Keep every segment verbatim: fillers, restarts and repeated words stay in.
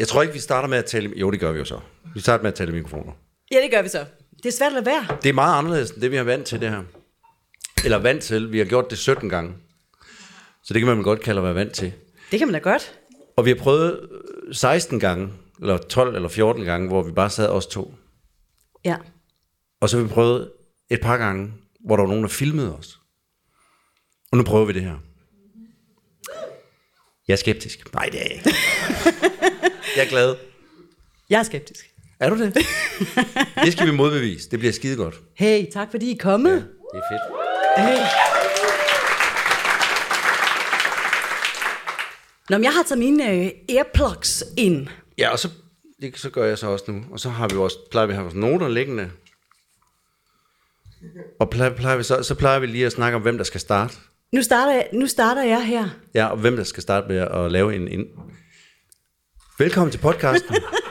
Jeg tror ikke, vi starter med at tale... Jo, det gør vi jo så. Vi starter med at tale mikrofoner. Ja, det gør vi så. Det er svært at lade være. Det er meget anderledes end det, vi har vant til det her. Eller vant til. Vi har gjort det sytten gange. Så det kan man godt kalde at være vant til. Det kan man da godt. Og vi har prøvet seksten gange, eller tolv eller fjorten gange, hvor vi bare sad os to. Ja. Og så har vi prøvet et par gange, hvor der var nogen, der filmede os. Og nu prøver vi det her. Jeg er skeptisk. Nej, det er jeg ikke. Jeg er glad. Jeg er skeptisk. Er du det? Det skal vi modbevise. Det bliver skide godt. Hey, tak fordi I er kommet. Ja, det er fedt. Hey. Nå, men jeg har taget mine øh, earplugs ind. Ja, og så, det, så gør jeg så også nu. Og så har vi også, plejer vi at have vores noter liggende. Og plejer, plejer vi så, så plejer vi lige at snakke om, hvem der skal starte. Nu starter jeg, nu starter jeg her. Ja, og hvem der skal starte med at lave en... en... Velkommen til podcasten.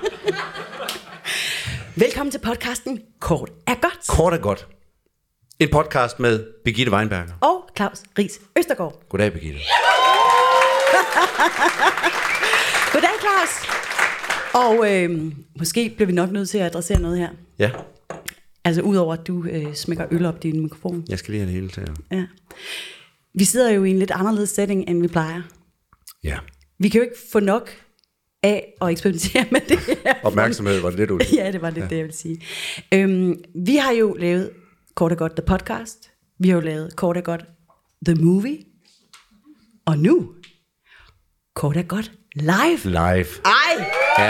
Velkommen til podcasten Kort er godt. Kort er godt. En podcast med Birgitte Weinberger. Og Claus Riis Østergaard. Goddag, Birgitte. Goddag, Claus. Og øh, måske bliver vi nok nødt til at adressere noget her. Ja. Altså udover at du øh, smækker øl op i din mikrofon. Jeg skal lige have det hele til. Ja. Vi sidder jo i en lidt anderledes setting, end vi plejer. Ja. Vi kan jo ikke få nok af at eksperimentere med det her. Opmærksomhed, var det det, du ville? Ja, det var det, ja. det jeg vil sige. Øhm, vi har jo lavet Kort og Godt The Podcast. Vi har jo lavet Kort og Godt The Movie. Og nu Kort og Godt Live. Live. Ej! Ja.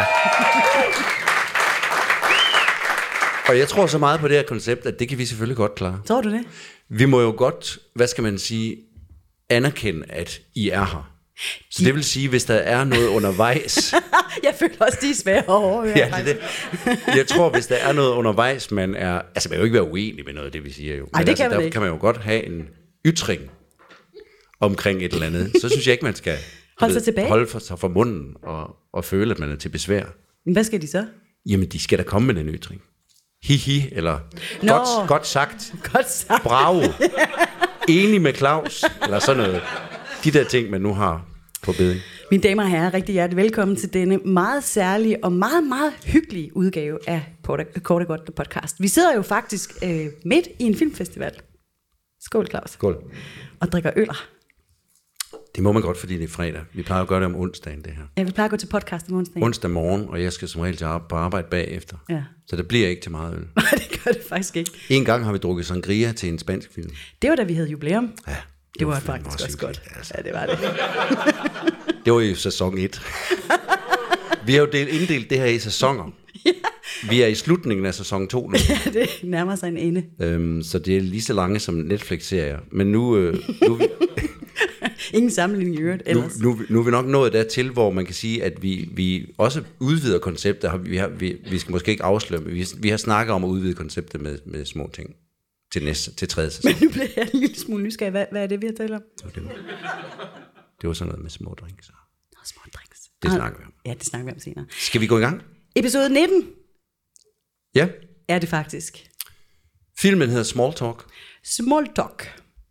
Og jeg tror så meget på det her koncept, at det kan vi selvfølgelig godt klare. Tror du det? Vi må jo godt, hvad skal man sige, anerkende, at I er her. Så det vil sige, hvis der er noget undervejs... Jeg føler også, de er svære over. Ja, det, det. Jeg tror, hvis der er noget undervejs, man er... Altså, man kan jo ikke være uenig med noget af det, vi siger jo. Ej, men det altså, kan man der ikke. kan man jo godt have en ytring omkring et eller andet. Så synes jeg ikke, man skal... Holde sig tilbage. Holde for sig for munden og, og føle, at man er til besvær. Men hvad skal de så? Jamen, de skal da komme med den ytring. Hi-hi, eller Nå. godt, godt sagt. Godt sagt. Bravo. Enig med Claus, eller sådan noget. De der ting, man nu har på beding. Mine damer og herrer, rigtig hjertelig velkommen til denne meget særlige og meget, meget hyggelige udgave af Kort og Godt podcast. Vi sidder jo faktisk øh, midt i en filmfestival. Skål, Claus. Skål. Og drikker øller. Det må man godt, fordi det er fredag. Vi plejer at gøre det om onsdagen, det her. Ja, vi plejer at gå til podcast om onsdagen. Onsdag morgen, og jeg skal som regel til at på arbejde bagefter. Ja. Så det bliver ikke til meget øl. Nej, det gør det faktisk ikke. En gang har vi drukket sangria til en spansk film. Det var da vi havde jubilæum. Ja, det, det var, var faktisk også, også godt. Altså. Ja, det var det. Det var i sæson et. Vi har jo delt, inddelt det her i sæsoner. Ja. Vi er i slutningen af sæson to nu. Ja, det nærmer sig en ende. Øhm, så det er lige så lange som Netflix-serier. Men nu... Øh, nu Ingen sammenligning i øvrigt ellers. Nu, nu, nu er vi nok nået dertil, hvor man kan sige, at vi, vi også udvider konceptet. Vi, har, vi, vi skal måske ikke afsløre, men vi, vi har snakket om at udvide konceptet med, med små ting til, næste, til tredje sæson. Men nu bliver jeg en lille smule nysgerrig. Hvad, hvad er det, vi har talt om? Det var, det, det var sådan noget med små drinks. Nå, små drinks. Det snakker vi om. Ja, det snakker vi om senere. Skal vi gå i gang? Episode nitten. Ja. Er det faktisk. Filmen hedder Small Talk. Small Talk.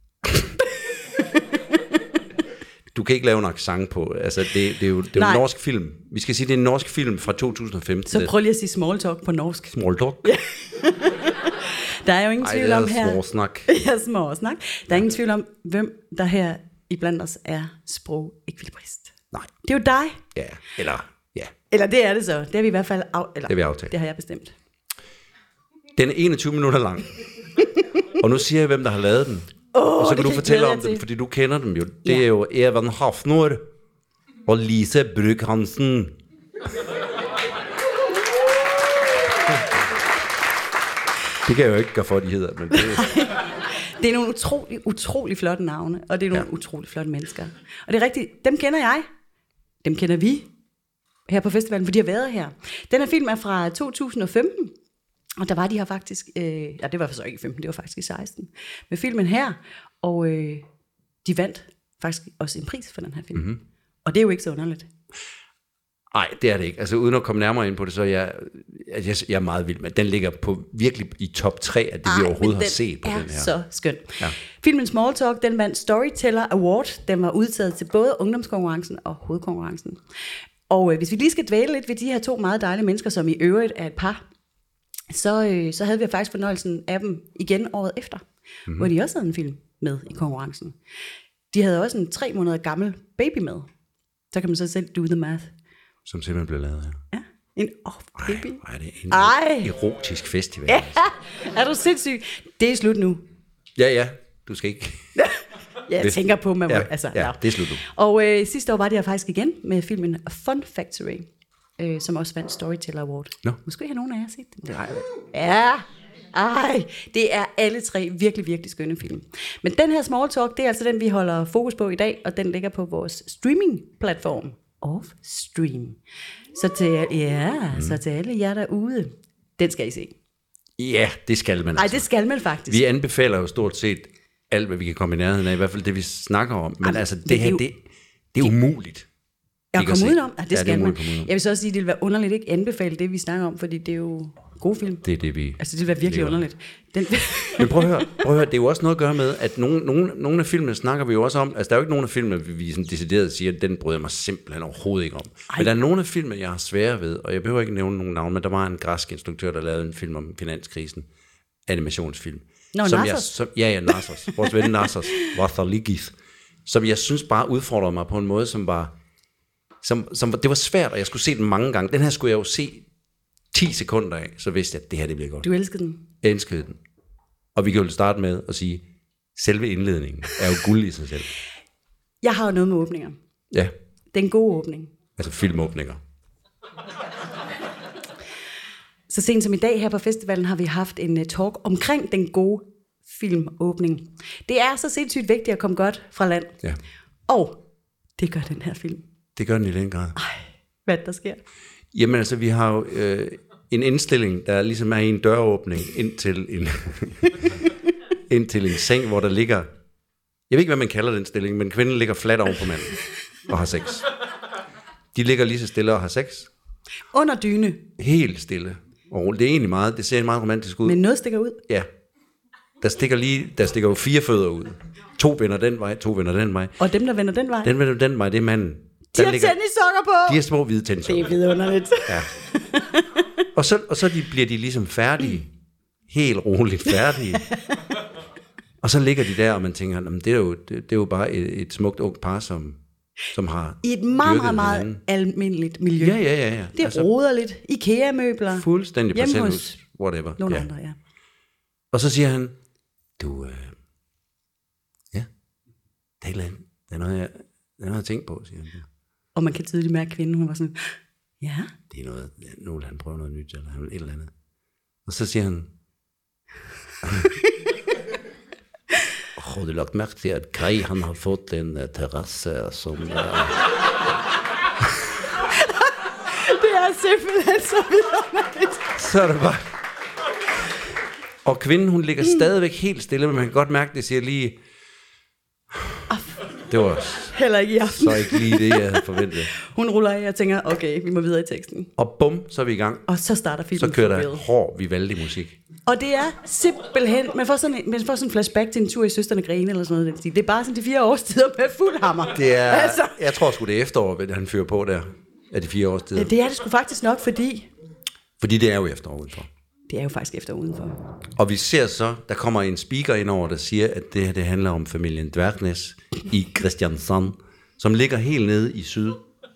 Du kan ikke lave en accent på. Altså, det, det er jo, det er jo en norsk film. Vi skal sige, det er en norsk film fra to tusind og femten. Så prøv lige at sige small talk på norsk. Small Talk. Ja. Der er jo ingen tvivl om her. Ej, det er småsnak. Ja, småsnak. Der er ingen tvivl om, hvem der her iblandt os er sprogekvilibrist. Nej. Det er jo dig. Ja, eller ja. Eller det er det så. Det har vi i hvert fald af, eller, det har vi aftalt. Det har jeg bestemt. Den er enogtyve minutter lang. Og nu siger jeg, hvem der har lavet den. Oh, og så kan du kan fortælle om dem, fordi du kender dem jo. Det ja. er jo Evan Hafnor og Lise Brügh Hansen. Det kan jeg jo ikke gøre for, at de hedder. Men det, det er nogle utrolig, utrolig flotte navne, og det er nogle ja. utrolig flotte mennesker. Og det er rigtigt, dem kender jeg. Dem kender vi her på festivalen, for de har været her. Den her film er fra to tusind og femten. Og der var de her faktisk, øh, ja det var så ikke i femten, det var faktisk i seksten, med filmen her, og øh, de vandt faktisk også en pris for den her film. Mm-hmm. Og det er jo ikke så underligt. Nej, det er det ikke. Altså uden at komme nærmere ind på det, så er jeg, jeg, jeg er meget vild med. Den ligger på virkelig i top tre af det, Ej, vi overhovedet har set på den her. Den er så skøn. Ja. Filmen Small Talk, den vandt Storyteller Award. Den var udtaget til både ungdomskonkurrencen og hovedkonkurrencen. Og øh, hvis vi lige skal dvæle lidt ved de her to meget dejlige mennesker, som i øvrigt er et par, så, øh, så havde vi faktisk fornøjelsen af dem igen året efter, mm-hmm. hvor de også havde en film med i konkurrencen. De havde også en tre måneder gammel baby med. Så kan man så selv do the math. Som simpelthen blev lavet her. Ja, en oh, baby. Ej, ej, det er en Ej. erotisk festival. Ja, er du sindssyg? Det er slut nu. Ja, ja, du skal ikke. Ja, jeg tænker på, man må, ja, altså, ja, ja. det er slut nu. Og øh, sidste år var det her faktisk igen med filmen Fun Factory, øh, som også vandt Storyteller Award. Nå. Måske har nogen af jer set den? Nej. Ja, ej, det er alle tre virkelig, virkelig skønne film. Men den her Small Talk, det er altså den, vi holder fokus på i dag, og den ligger på vores streaming-platform, Offstream. Så til, ja, mm. så til alle jer derude, den skal I se. Ja, det skal man. Nej, altså. det skal man faktisk. Vi anbefaler jo stort set alt, hvad vi kan komme i nærheden af, i hvert fald det, vi snakker om. Men Jamen, altså, det, det her, det, det er umuligt. Jeg kommer udenom, ja, det ja, skal det man. Jeg vil så også sige, at det vil være underligt ikke anbefale det, vi snakker om, fordi det er jo gode film. Det er det, vi... Altså, det vil være virkelig lever. underligt. Den... Men prøv at høre, prøv at høre, det er jo også noget at gøre med, at nogle, nogle, nogle af filmene snakker vi jo også om, altså der er jo ikke nogen af filmene, vi sådan decideret siger, at den bryder mig simpelthen overhovedet ikke om. Ej. Men der er nogle af filmene, jeg har svære ved, og jeg behøver ikke nævne nogen navn, men der var en græsk instruktør, der lavede en film om finanskrisen, animationsfilm. Nå, som Narsos? jeg, som, ja, ja, Narsos. Vores ven Narsos. Vathaligis. Som jeg synes bare udfordrede mig på en måde, som var... Som, som, det var svært, og jeg skulle se den mange gange. Den her skulle jeg jo se ti sekunder af, så vidste jeg, at det her det bliver godt. Du elskede den? Jeg elskede den. Og vi kan jo starte med at sige, selve indledningen er jo guld i sig selv. Jeg har jo noget med åbninger. Ja. Det er en god åbning. Altså filmåbninger. Så sent som i dag her på festivalen har vi haft en talk omkring den gode filmåbning. Det er så sindssygt vigtigt at komme godt fra land. Ja. Og det gør den her film. Det gør den i den grad. Ej, hvad der sker? Jamen altså, vi har jo øh, en indstilling, der ligesom er i en døråbning ind til en, ind til en seng, hvor der ligger... Jeg ved ikke, hvad man kalder den stilling, men kvinden ligger fladt oven på manden og har sex. De ligger lige så stille og har sex. Under dyne. Helt stille. Og det er egentlig meget, det ser meget romantisk ud. Men noget stikker ud. Ja. Der stikker lige, der stikker jo fire fødder ud. To vender den vej, to vender den vej. Og dem, der vender den vej? Den vender den vej, det er manden. De har tennissokker på! De har små hvide tennissokker. Det er vidunderligt. Ja. Og så, og så de, bliver de ligesom færdige. Helt roligt færdige. Og så ligger de der, og man tænker, det er jo, det, det er jo bare et, et smukt ung par, som, som har i et meget, meget, meget almindeligt miljø. Ja, ja, ja. ja. Det altså, roder lidt. IKEA-møbler. Fuldstændig parcelhus, whatever. Nogle ja. andre, ja. Og så siger han, du, øh, ja, det er, der er noget, jeg, der er noget, jeg tænkt på, siger han. Og man kan tydeligt mærke, at kvinden, hun var sådan, ja. Det er noget, nu vil han prøve noget nyt, eller han vil et eller andet. Og så siger han, har du lagt mærke til, at Grej, han har fået en uh, terrasse, som... Uh... det er simpelthen så vidunderligt. Så er det bare... Og kvinden, hun ligger mm. stadigvæk helt stille, men man kan godt mærke, det siger lige... Det var heller ikke i aften. Så ikke lige det, jeg havde forventet. Hun ruller af, og tænker, okay, vi må videre i teksten. Og bum, så er vi i gang. Og så starter filmen. Så kører der hård Vivaldi musik. Og det er simpelthen, man får sådan en, man får sådan en flashback til en tur i Søsterne Grene, eller sådan noget. Det er bare sådan de fire årstider med fuld hammer. Det er, altså. Jeg tror sgu det er efterår, han fyrer på der, af de fire årstider. Det er det sgu faktisk nok, fordi... Fordi det er jo efterår udenfor. Det er jo faktisk efter udenfor. Og vi ser så, der kommer en speaker ind over, der siger, at det her det handler om familien Dværgnes i Kristiansand, som ligger helt nede i syd.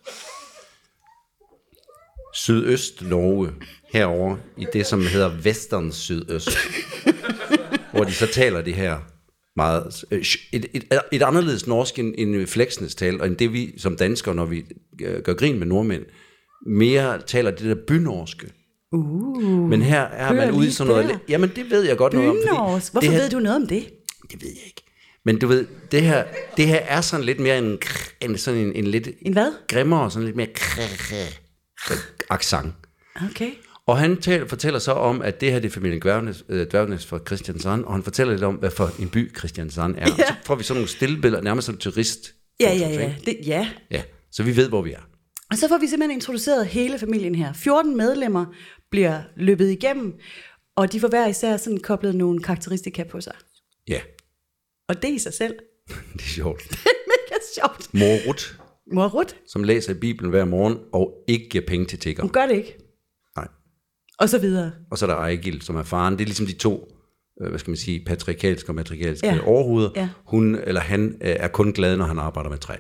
Sydøst Norge, herover i det, som hedder Vestern Sydøst. Hvor de så taler det her meget... Et, et, et anderledes norsk end, end Fleksnes tal, og end det vi som danskere, når vi gør grin med nordmænd, mere taler det der bynorske. Uh, Men her er man ude i sådan noget... Der. Jamen, det ved jeg godt noget om. Fordi Hvorfor her, ved du noget om det? Det ved jeg ikke. Men du ved, det her, det her er sådan lidt mere en... en sådan en, en lidt... En hvad? Grimmere, sådan lidt mere... accent. Okay. Og han tal, fortæller så om, at det her det er familien Dværgnes, øh, Dværgnes fra Kristiansand, og han fortæller lidt om, hvad for en by Kristiansand er. Ja. Så får vi sådan nogle stillbilleder, nærmest som turist. Ja, ja, ja. Det, ja. Ja, så vi ved, hvor vi er. Og så får vi simpelthen introduceret hele familien her. fjorten medlemmer bliver løbet igennem, og de får hver især sådan koblet nogle karakteristika på sig. Ja. Og det i sig selv. Det er sjovt. Det er mega sjovt. Morut Mor Ruth. Som læser i Bibelen hver morgen, og ikke giver penge til tigger. Hun gør det ikke. Nej. Og så videre. Og så er der Ejgil, som er faren. Det er ligesom de to, øh, hvad skal man sige, patriarkalske og matriarkalske Ja. overhoveder. Ja. Hun, eller han, øh, er kun glad, når han arbejder med træ.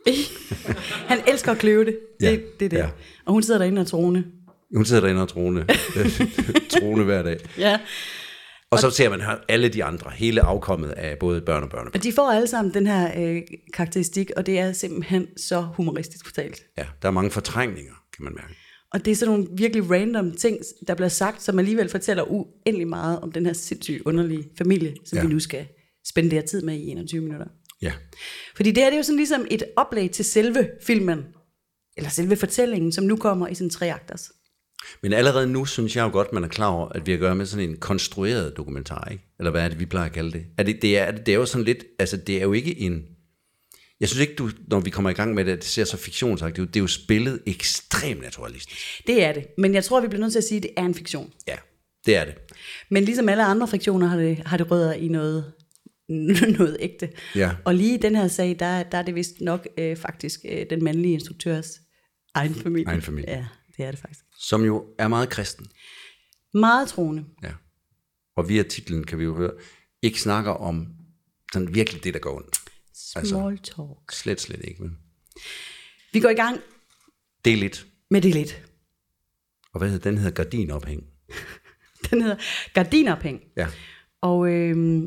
Han elsker at kløve det. Det, Ja. det er det. Ja. Og hun sidder derinde og trone. Hun sidder derinde og trone, trone hver dag. Ja. Og så ser man her alle de andre, hele afkommet af både børn og børn. Og de får alle sammen den her øh, karakteristik, og det er simpelthen så humoristisk fortalt. Ja, der er mange fortrængninger, kan man mærke. Og det er sådan nogle virkelig random ting, der bliver sagt, som alligevel fortæller uendelig meget om den her sindssygt underlige familie, som Ja. vi nu skal spendere tid med i enogtyve minutter. Ja. Fordi det her det er jo sådan ligesom et oplæg til selve filmen, eller selve fortællingen, som nu kommer i sådan tre akters. Men allerede nu synes jeg jo godt, man er klar over, at vi har at gøre med sådan en konstrueret dokumentar, ikke? Eller hvad er det, vi plejer at kalde det? Er det, det, er, det er jo sådan lidt, altså det er jo ikke en... Jeg synes ikke, du, når vi kommer i gang med det, det ser så fiktionsagtigt ud. Det er jo spillet ekstremt naturalistisk. Det er det, men jeg tror, vi bliver nødt til at sige, at det er en fiktion. Ja, det er det. Men ligesom alle andre fiktioner har det, har det rødder i noget, noget ægte. Ja. Og lige i den her sag, der, der er det vist nok øh, faktisk øh, den mandlige instruktørs egen familie. Egen familie. Ja, det er det faktisk. Som jo er meget kristen. Meget troende. Ja. Og via titlen kan vi jo høre, ikke snakker om sådan virkelig det, der går ondt. Small talk. Slet, slet ikke. Men Vi går i gang det er lidt. med det lidt. Og hvad hedder den? hedder Gardinophæng. Den hedder Gardinophæng. Ja. Og øhm,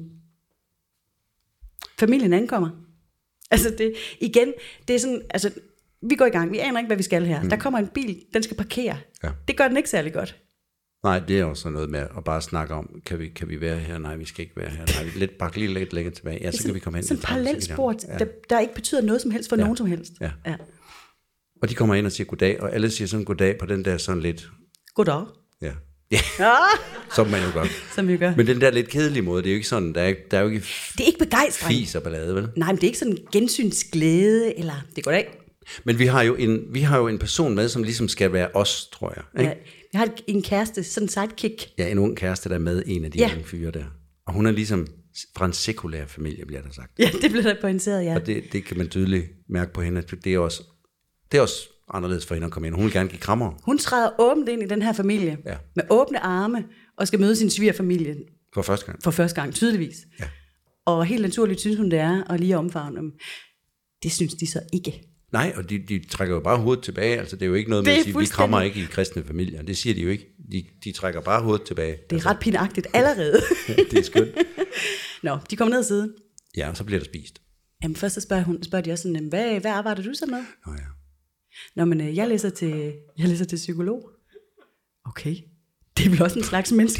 familien ankommer. Altså det, igen, det er sådan, altså vi går i gang, vi aner ikke, hvad vi skal her. Mm. Der kommer en bil, den skal parkere. Ja. Det gør den ikke særlig godt. Nej, det er jo sådan noget med at bare snakke om, kan vi, kan vi være her? Nej, vi skal ikke være her. Nej, vi lidt bakke lige lidt længere tilbage. Ja, så kan vi komme hen. Sådan et parallelspor, ja. der, der ikke betyder noget som helst for Ja. nogen som helst. Ja. Ja. Og de kommer ind og siger goddag, og alle siger sådan goddag på den der sådan lidt, Goddag. ja, ja, Ja, som man jo gør. som vi gør. Men den der lidt kedelige måde, det er jo ikke sådan, der er, der er jo ikke Det er ikke begejstring. fis og ballade, vel? Nej, men det er ikke sådan gensynsglæde, eller det går af. Men vi har jo en, vi har jo en person med, som ligesom skal være os, tror jeg. Ikke? Ja, vi har en kæreste, sådan en sidekick. Ja, en ung kæreste, der er med en af de Ja. unge fyre der. Og hun er ligesom fra en sekulær familie, bliver der sagt. Ja, det blev der pointeret, ja. Og det, det kan man tydeligt mærke på hende, at det er også, det er også anderledes for hende at komme ind. Hun vil gerne give krammer. Hun træder åbent ind i den her familie, Ja. med åbne arme, og skal møde sin svigerfamilie For første gang. for første gang, tydeligvis. Ja. Og helt naturligt synes hun, det er at lige omfavne dem. Det synes de så ikke. Nej, og de, de trækker jo bare hovedet tilbage. Altså, det er jo ikke noget med Det er at sige, vi fuldstændig- krammer ikke i kristne familier. Det siger de jo ikke. De, de trækker bare hovedet tilbage. Det er ret pinagtigt allerede. Det er skønt. Nå, de kommer ned og sidde. Ja, og så bliver der spist. Jamen først så spørger, hun, spørger de også sådan, "Jamen, hvad, hvad arbejder du så med? Nå ja. Nå, men øh, jeg læser til, jeg læser til psykolog. Okay, det er vel også en slags mennesker.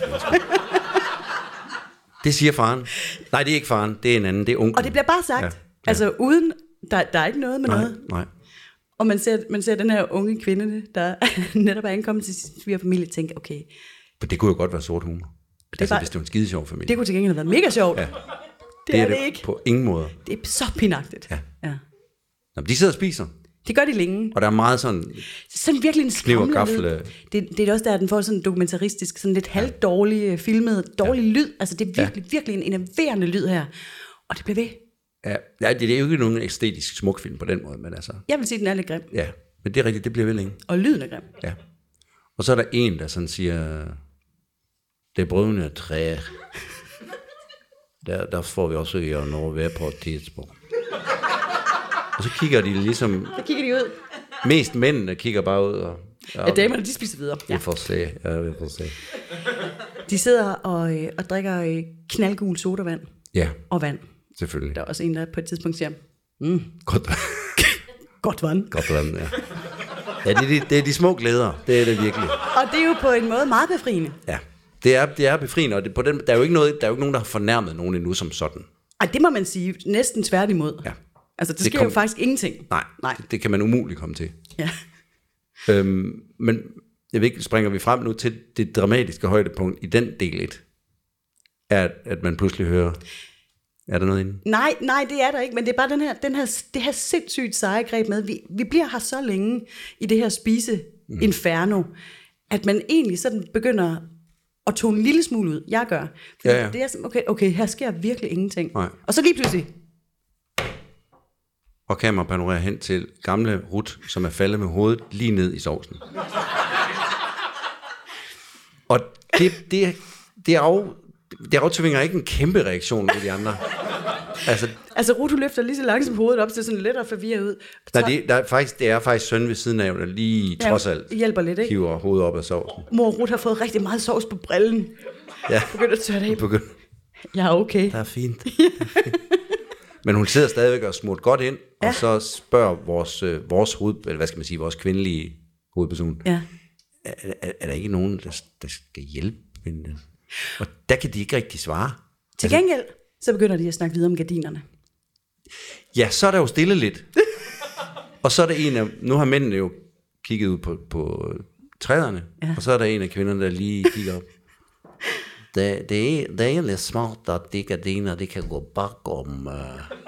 Det siger faren. Nej, det er ikke faren. Det er en anden. Det er onklen. Og det bliver bare sagt. Ja. Ja. Altså uden, der, der er ikke noget med Nej, noget. nej. Og man ser, man ser den her unge kvinde, der netop er ankommet til sin svigerfamilie, tænke, okay, Men det kunne jo godt være sort humor. Det altså, var- hvis det var en skide sjov familie. det kunne til gengæld have været mega sjovt. Ja. Ja. Det, det er det, det ikke. På ingen måde. Det er så pinagtigt. Ja. Ja. Nå, de sidder og spiser. Det gør de længe. Og der er meget sådan, Sådan virkelig en Kniv og skræmmende gaffel, lyd. Det, det er også der, at den får sådan en dokumentaristisk, sådan lidt halvdårlig øh, filmet, dårlig ja. lyd. Altså det er virkelig, ja. virkelig en enerverende lyd her. Og det bliver ved. ja, ja, det er jo ikke nogen æstetisk smuk film på den måde, men altså, Jeg vil sige, at den er lidt grim. ja. Men det er rigtigt, det bliver ved længe. Og lyden er grim. Ja. Og så er der en, der sådan siger, det brune træ, der, der får vi også gjort noget ved på et tidspunkt. Og så kigger de ligesom, Så kigger de ud. mest mændene kigger bare ud og, Ja, damerne, de spiser videre. vi Ja. får se, ja, vi får se. De sidder og, øh, og drikker øh, knaldgul sodavand Ja, og vand. selvfølgelig. Der er også en, der på et tidspunkt siger, Godt, godt vand. godt vand, ja. Ja, det er, de, det er de små glæder, det er det virkelig. Og det er jo på en måde meget befriende. Ja, det er, det er befriende, og det, på den, der er jo ikke noget, der er jo ikke nogen, der har fornærmet nogen endnu som sådan. Ej, det må man sige, næsten tværtimod. Ja. Altså, det, Det det sker kom- jo faktisk ingenting. Nej, Nej. Det, det kan man umuligt komme til. Ja. Øhm, men jeg ved ikke, springer vi frem nu til det dramatiske højdepunkt i den del et, er, at, at man pludselig hører, er der noget inde? Nej, nej, det er der ikke, men det er bare den her, den her, det her sindssygt seje greb med, vi, vi bliver her så længe i det her spise mm. inferno, at man egentlig sådan begynder at tone en lille smule ud. Jeg gør. Fordi Ja, ja. det er sådan, okay, okay, her sker virkelig ingenting. Nej. Og så lige pludselig, og kamera panorerer hen til gamle Ruth, som er faldet med hovedet lige ned i sovsen. Og det, det, det, af, det aftvinger ikke en kæmpe reaktion ved de andre. Altså, altså Ruth, du løfter lige så langsomt hovedet op, så sådan lidt og forvirret ud. Nej, det, der er faktisk, det er faktisk søn ved siden af, der lige ja, trods alt hjælper lidt, ikke? hiver hovedet op af sovsen. Mor Ruth har fået rigtig meget sovs på brillen. Ja. Begynder at tørre det af. Begynd. Ja, okay. Det er fint. Det er fint. Men hun sidder stadigvæk og smurt godt ind, ja. Og så spørger vores, øh, vores hoved, eller hvad skal man sige, vores kvindelige hovedperson, ja. er, er, er der ikke nogen, der, der skal hjælpe hende? Og der kan de ikke rigtig svare. Til gengæld, så begynder de at snakke videre om gardinerne. Ja, så er der jo stille lidt. Og så er der en af, nu har mændene jo kigget ud på, på træerne, ja. Og så er der en af kvinderne, der lige kigger op. Det, det, er, det er egentlig smart, at de gardiner, de kan gå bakom. Uh...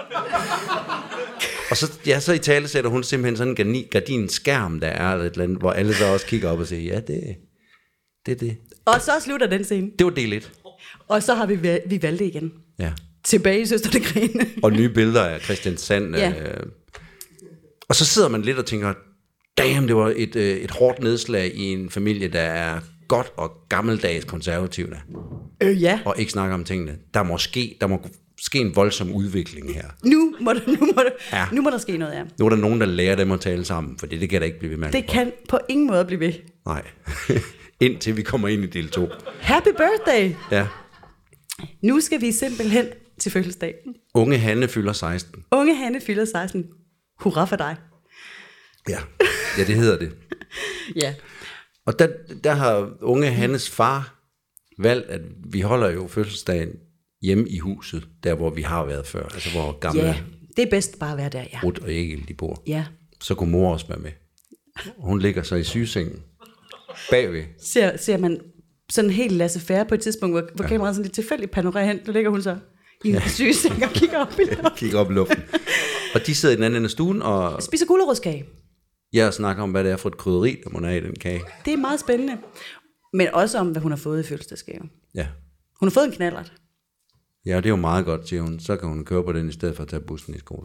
og så, ja, så i tale sætter hun simpelthen sådan en gardinskærm, der er eller et eller andet, hvor alle så også kigger op og siger, ja, det det er det. Og så slutter den scene. Det var del et. Og så har vi, vi valgt det igen. Ja. Tilbage i Søsterne Grene. Og nye billeder af Christian Sand. Ja. Øh... Og så sidder man lidt og tænker, damn, det var et, øh, et hårdt nedslag i en familie, der er godt og gammeldags konservativ. Øh, ja. Og ikke snakker om tingene. Der må ske, der må ske en voldsom udvikling her. Nu må der, nu må der, ja. nu må der ske noget, ja. Nu er der nogen, der lærer dem at tale sammen, for det, det kan da ikke blive ved med. Det kan på ingen måde blive ved. Nej. Indtil vi kommer ind i del to. Happy birthday! Ja. Nu skal vi simpelthen til fødselsdag. Unge Hanne fylder seksten. Unge Hanne fylder seksten. Hurra for dig. Ja, ja det hedder det. Ja. Og der, der har unge Hannes far valgt, at vi holder jo fødselsdagen hjemme i huset, der hvor vi har været før. Altså hvor gamle ja, det er bedst bare at være der, ja. Ruth og Egil, de bor. Ja. Så kunne mor også være med. Hun ligger så i sygesengen bagved. Ser, ser man sådan helt laissez-faire på et tidspunkt, hvor, hvor ja. kameraet sådan lidt tilfældigt panorerer hen, der ligger hun så i en ja. sygeseng og kigger op i luften. kigger op i luften. Og de sidder i den anden ende af stuen og spiser gulerodskage. Jeg snakker om, hvad det er for et krydderi, der må have i den kage. Det er meget spændende. Men også om, hvad hun har fået i fødselsdagsgave. Ja. Hun har fået en knallert. Ja, det er jo meget godt, siger hun. Så kan hun køre på den, i stedet for at tage bussen i skole.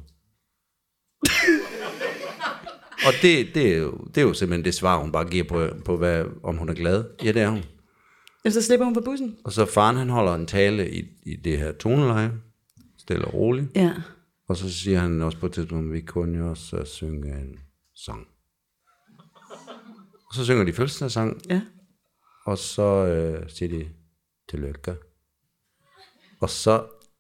Og det, det, er jo, det er jo simpelthen det svar, hun bare giver på, på hvad, om hun er glad. Ja, det er hun. Eller så slipper hun på bussen. Og så faren, han holder en tale i, i det her toneleje. Stille og roligt. Ja. Og så siger han også på et tidspunkt, vi kunne jo også synge en sang. Og så synger de fødselsdagssang. Ja. Og så øh, siger de tillykke. Og så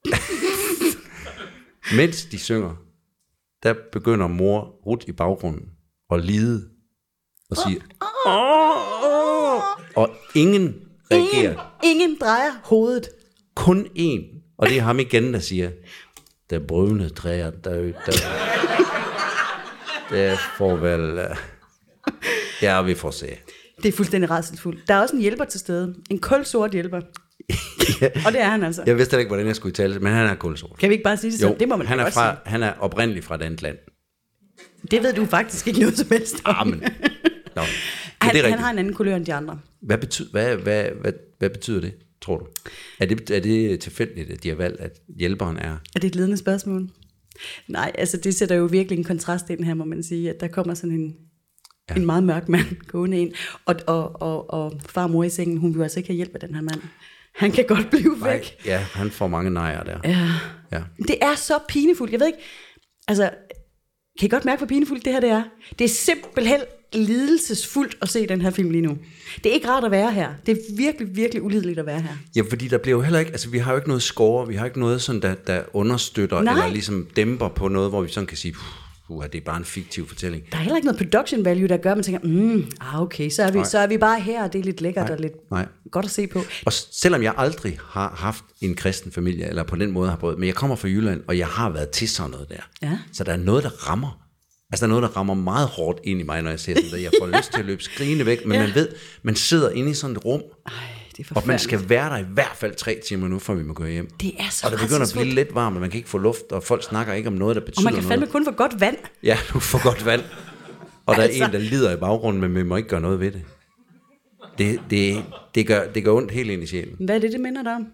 mens de synger, der begynder mor Ruth i baggrunden at lide og sige åh, og ingen reagerer. Ingen, ingen drejer hovedet. Kun én, og det er ham igen, der siger, der brune træer, der, der, der får vel, ja, vi får se. Det er fuldstændig rædselsfuldt. Der er også en hjælper til stede. En kulsort hjælper. Ja. Og det er han altså. Jeg vidste ikke, hvordan jeg skulle tale, men han er kulsort. Kan vi ikke bare sige det så? Det må man han er godt fra, sige. Han er oprindelig fra et andet land. Det ved du faktisk ikke noget som helst om. Ah, men, no. han, han har en anden kulør end de andre. Hvad betyder, hvad, hvad, hvad, hvad betyder det, tror du? Er det, er det tilfældigt, at de har valgt, at hjælperen er? Er det et ledende spørgsmål? Nej, altså det sætter jo virkelig en kontrast ind her, må man sige, at der kommer sådan en, ja. en meget mørk mand gående ind, og, og, og, og far og mor i sengen, hun vil altså ikke have hjælp af den her mand. Han kan godt blive Nej, væk. Ja, han får mange nejer der. Ja. Ja. Det er så pinefuldt. Jeg ved ikke, altså, kan I godt mærke, hvor pinefuldt det her det er? Det er simpelthen lidelsesfuldt at se den her film lige nu. Det er ikke rart at være her. Det er virkelig, virkelig ulideligt at være her. Ja, fordi der bliver jo heller ikke, altså vi har jo ikke noget score, vi har ikke noget sådan, der, der understøtter, Nej. eller ligesom dæmper på noget, hvor vi sådan kan sige, uh, det er bare en fiktiv fortælling. Der er heller ikke noget production value, der gør, at man tænker, mm, ah, okay, så er, vi, så er vi bare her, og det er lidt lækkert Nej. og lidt Nej. godt at se på. Og selvom jeg aldrig har haft en kristen familie, eller på den måde har prøvet, men jeg kommer fra Jylland, og jeg har været til sådan noget der. Ja. Så der er noget, der rammer. Altså der er noget, der rammer meget hårdt ind i mig, når jeg ser sådan der. Jeg får lyst til at løbe skrigende væk, men ja. man ved, man sidder inde i sådan et rum, Ej, det er og man skal være der i hvert fald tre timer nu, før vi må gå hjem. Det er så og det begynder at blive lidt varmt, og man kan ikke få luft, og folk snakker ikke om noget, der betyder noget. Og man kan noget. fandme kun få godt vand. Ja, du får godt vand. Og der altså. er en, der lider i baggrunden, men man må ikke gøre noget ved det. Det, det, det, gør, det gør ondt helt ind i sjælen. Hvad er det, det minder dig om?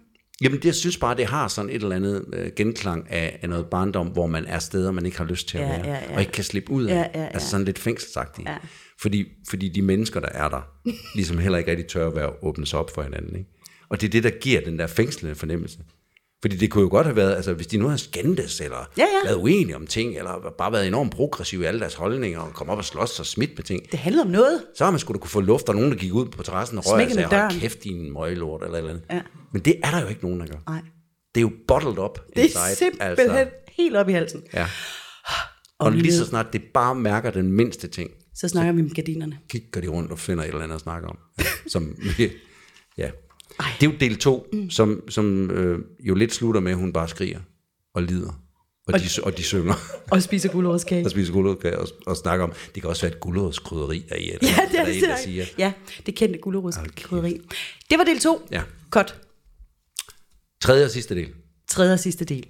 Jamen, det, jeg synes bare, det har sådan et eller andet øh, genklang af, af noget barndom, hvor man er steder, man ikke har lyst til at Ja, være, ja, ja. og ikke kan slippe ud af. Ja, ja, ja. Altså sådan lidt fængselsagtigt. Ja. Fordi, fordi de mennesker, der er der, ligesom heller ikke rigtig tør at være åbne sig op for hinanden. Ikke? Og det er det, der giver den der fængslende fornemmelse. Fordi det kunne jo godt have været, altså hvis de nu havde skændtes, eller Ja, ja. været uenige om ting, eller bare været enormt progressive i alle deres holdninger, og komme op og slås og smidt med ting, Det handler om noget. så har man sgu da kunne få luft, og nogen, der gik ud på terrassen og røg og Smække sagde, med hold døren. kæft, din møglort, eller et eller andet. Ja. Men det er der jo ikke nogen, der gør. Nej. Det er jo bottled up Det inside. er simpelthen altså. helt op i halsen. Ja. Og, Og lige lige så ved, snart det bare mærker den mindste ting, så snakker vi om gardinerne. kigger de rundt og finder et eller andet at snakke om. Ja, som, ja. Ej. Det er jo del to, mm. som, som øh, jo lidt slutter med, at hun bare skriger og lider. Og, Og- de, og de synger Og spiser gulerodskage. og spiser gulerod og, og snakker om, det kan også være et gulerodskrydderi, der er i. Eller, Ja, det er der det. en, der siger. Ja, det kendte gulerodskrydderi. Det var del to. Ja. Godt. Tredje og sidste del. Tredje og sidste del.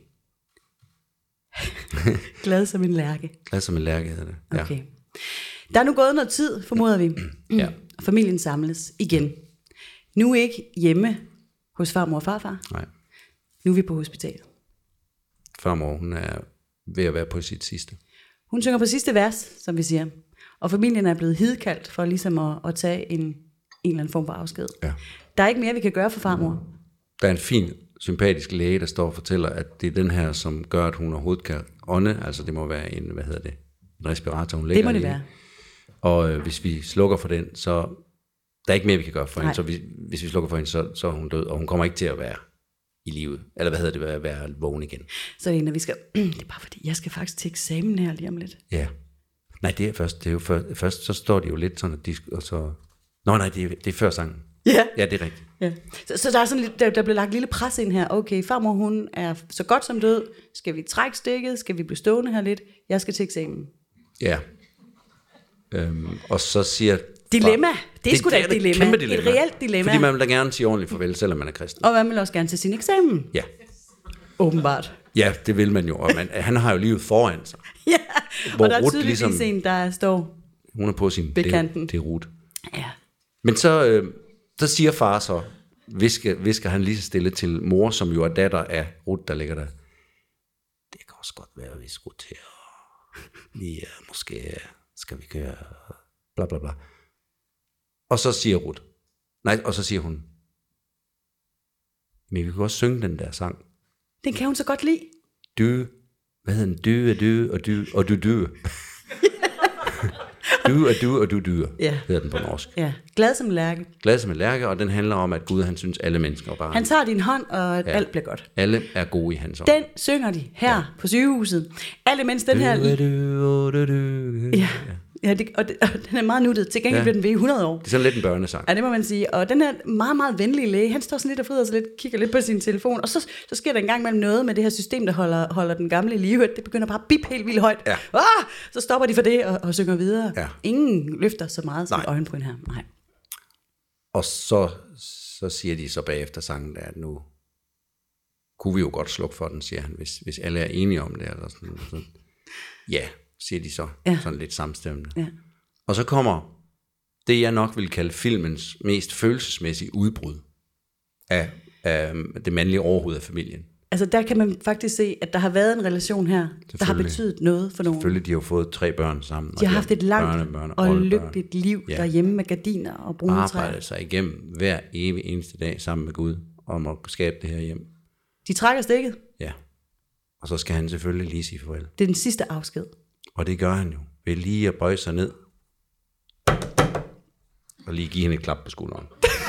Glad som en lærke. Glad som en lærke hedder det. Ja. Okay. Der er nu gået noget tid, formoder vi. Ja. Og familien samles igen. Nu ikke hjemme hos farmor og farfar. Nej. Nu er vi på hospitalet. Farmor, hun er ved at være på sit sidste. Hun synger på sidste vers, som vi siger. Og familien er blevet hidkaldt for ligesom at, at tage en, en eller anden form for afsked. Ja. Der er ikke mere, vi kan gøre for farmor. Der er en fin, sympatisk læge, der står og fortæller, at det er den her, som gør, at hun overhovedet kan ånde. Altså det må være en, hvad hedder det, en respirator, hun Det ligger må det i. være. Og øh, hvis vi slukker for den, så der er ikke mere, vi kan gøre for Nej. hende. Så hvis, hvis vi slukker for hende, så, så er hun død, og hun kommer ikke til at være i livet. Eller hvad hedder det, at være vågen igen. Så er det en, at vi skal... Det er bare fordi, jeg skal faktisk til eksamen her lige om lidt. Ja. Nej, det er først, det er jo først, først så står de jo lidt sådan, at de, og så... Nå nej, det er, det er før sangen. Ja. Ja, det er rigtigt. Ja. Så, så der er sådan lidt, der, der bliver lagt lille pres ind her. Okay, farmor hun er så godt som død. Skal vi trække stikket? Skal vi blive stående her lidt? Jeg skal til eksamen. Ja. Øhm, og så siger... Dilemma. Det er sgu da et et dilemma. kæmpe Et reelt dilemma. Fordi man vil da gerne sige ordentligt farvel, selvom man er kristen. Og man vil også gerne til sin eksamen. Ja. Åbenbart. Ja, det vil man jo. Og man, han har jo livet foran sig. Ja, Hvor og der er Ruth tydeligvis ligesom- en, der står... Hun er på sin... Bekanten. Det, det er Ruth. Ja. Men så, øh, så siger far så, visker, visker han lige så stille til mor, som jo er datter af Ruth, der ligger der. Det kan også godt være, at vi skulle til at lige, uh, måske uh, skal vi gøre bla bla bla. Og så siger Ruth, nej, og så siger hun, men vi kan også synge den der sang. Den kan hun så godt lide. Du, hvad hedder den? Du er du, og du, og du du. Du er du, og du dyr, Ja. hedder den på norsk. Ja, glad som lærke. Glad som en lærke, og den handler om, at Gud, han synes, alle mennesker er bare... Han tager din hånd, og ja. alt bliver godt. Alle er gode i hans ånd. Den synger de her ja. på sygehuset. Alt imens den her... Du er du, og du, du. Ja, ja det, og, det, og den er meget nuttet. Til gengæld Ja. bliver den ved i hundrede år. Det er sådan lidt en børnesang. Ja, det må man sige. Og den her meget, meget venlige læge, han står sådan lidt og frider sig lidt, kigger lidt på sin telefon, og så, så sker der en gang mellem noget med det her system, der holder, holder den gamle i live. Det begynder bare at bip helt vildt højt. Ja. Ah, så stopper de for det og, og synger videre. Ja. Ingen løfter så meget som Nej. øjen på en her. Nej. Og så, så siger de så bagefter sangen, der, at nu kunne vi jo godt slukke for den, siger han, hvis, hvis alle er enige om det. Eller sådan, sådan. Ja, siger de så, Ja. sådan lidt samstemmende. Ja. Og så kommer det, jeg nok vil kalde filmens mest følelsesmæssige udbrud af, af det mandlige overhoved af familien. Altså der kan man faktisk se, at der har været en relation her, der har Selvfølgelig. betydet noget for nogen. Selvfølgelig, de har jo fået tre børn sammen. De har haft et langt børnebørn og oldebørn. lykkeligt liv Ja. derhjemme med gardiner og brune træer. Arbejdet sig igennem hver evig eneste dag sammen med Gud om at skabe det her hjem. De trækker stikket. Ja. Og så skal han selvfølgelig lige sige farvel. Det er den sidste afsked. Og det gør han jo ved lige at bøje sig ned og lige give hende et klap på skulderen.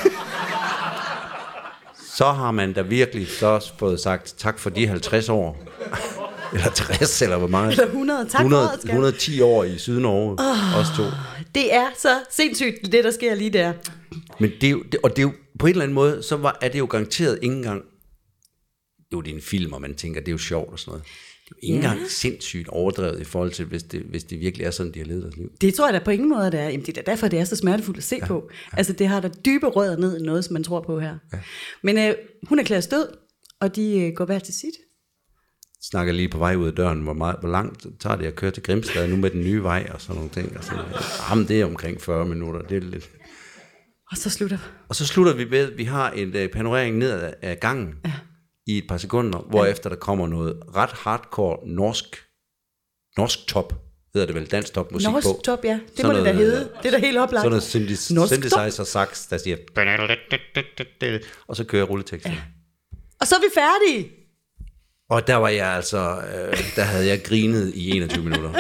Så har man da virkelig så fået sagt tak for de halvtreds år. Eller tres, eller hvor meget. Eller hundrede. Tak hundrede, for året, skat. hundrede og ti år i Syd-Norge. Oh. Os to. Det er så sindssygt, det der sker lige der. Men det er jo, det, og det er jo på en eller anden måde, så var, er det jo garanteret ikke engang, jo det er en film, og man tænker, det er jo sjovt og sådan noget. Det er jo ikke Ja. engang sindssygt overdrevet i forhold til, hvis det, hvis det virkelig er sådan, de har levet deres liv. Det tror jeg da på ingen måde, det er. Jamen, det er da derfor, det er så smertefuldt at se ja, på. Ja. Altså, det har der dybe rødder ned i noget, som man tror på her. Ja. Men øh, hun erklæres død, og de øh, går hver til sit. Snakker lige på vej ud af døren, hvor, meget, hvor langt tager det at køre til Grimstad nu med den nye vej og sådan nogle ting. Og sådan, jamen, det er omkring fyrre minutter, det er lidt... Og så slutter. Og så slutter vi med, at vi har en uh, panorering ned ad, af gangen, ja. i et par sekunder, hvorefter der kommer noget ret hardcore norsk, norsk top, hedder det vel, dansk top musik norsk på. Norsk top, ja. Det sådan må noget, det da hedde. Det er da helt oplagt. Sådan noget synthi- synthesizer sax, der siger, og så kører rulleteksten. Ja. Og så er vi færdige. Og der var jeg altså, øh, der havde jeg grinet i enogtyve minutter.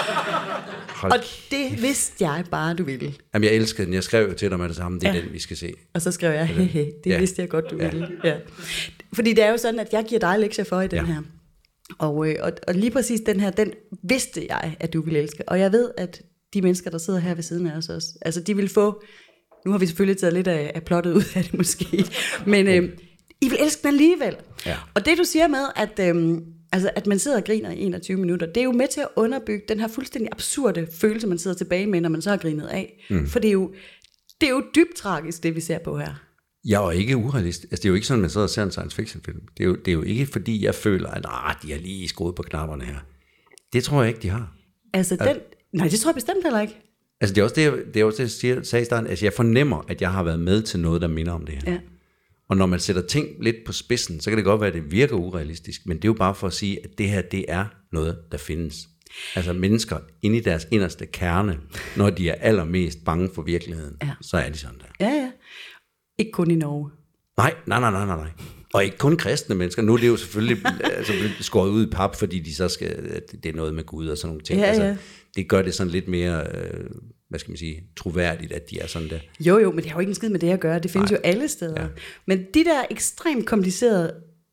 Hold. Og det vidste jeg bare, du ville. Jamen, jeg elskede den. Jeg skrev jo til dig med det samme. Det er ja. den, vi skal se. Og så skrev jeg, hehe, det ja. vidste jeg godt, du ja. ville. Ja. Fordi det er jo sådan, at jeg giver dig lektier for i den ja. her. Og, øh, og, og lige præcis den her, den vidste jeg, at du ville elske. Og jeg ved, at de mennesker, der sidder her ved siden af os også, altså de vil få, nu har vi selvfølgelig taget lidt af, af plottet ud af det måske, men øh, I vil elske den alligevel. Ja. Og det du siger med, at, øh, altså, at man sidder og griner i enogtyve minutter, det er jo med til at underbygge den her fuldstændig absurde følelse, man sidder tilbage med, når man så har grinet af. Mm. For det er, jo, det er jo dybt tragisk, det vi ser på her. Jeg er jo ikke urealistisk. Altså, det er jo ikke sådan, at man sidder og ser en science fiction film. Det er jo, det er jo ikke, fordi jeg føler, at ah, de har lige skruet på knapperne her. Det tror jeg ikke, de har. Altså, den, nej, det tror jeg bestemt heller ikke. Altså, det er også det, det, er også det jeg siger, sagde i starten. Altså, jeg fornemmer, at jeg har været med til noget, der minder om det her. Ja. Og når man sætter ting lidt på spidsen, så kan det godt være, at det virker urealistisk, men det er jo bare for at sige, at det her, det er noget, der findes. Altså mennesker inde i deres inderste kerne, når de er allermest bange for virkeligheden, ja. så er de sådan der. Ja, ja. Ikke kun i Norge. Nej, nej, nej, nej, nej. Og ikke kun kristne mennesker. Nu er det jo selvfølgelig altså, skåret ud i pap, fordi de så skal, det er noget med Gud og sådan nogle ting. Ja, ja. Altså, det gør det sådan lidt mere, øh, hvad skal man sige, troværdigt, at de er sådan der. Jo, jo, men det har jo ikke en skid med det at gøre. Det findes Nej. jo alle steder. Ja. Men de der ekstremt komplicerede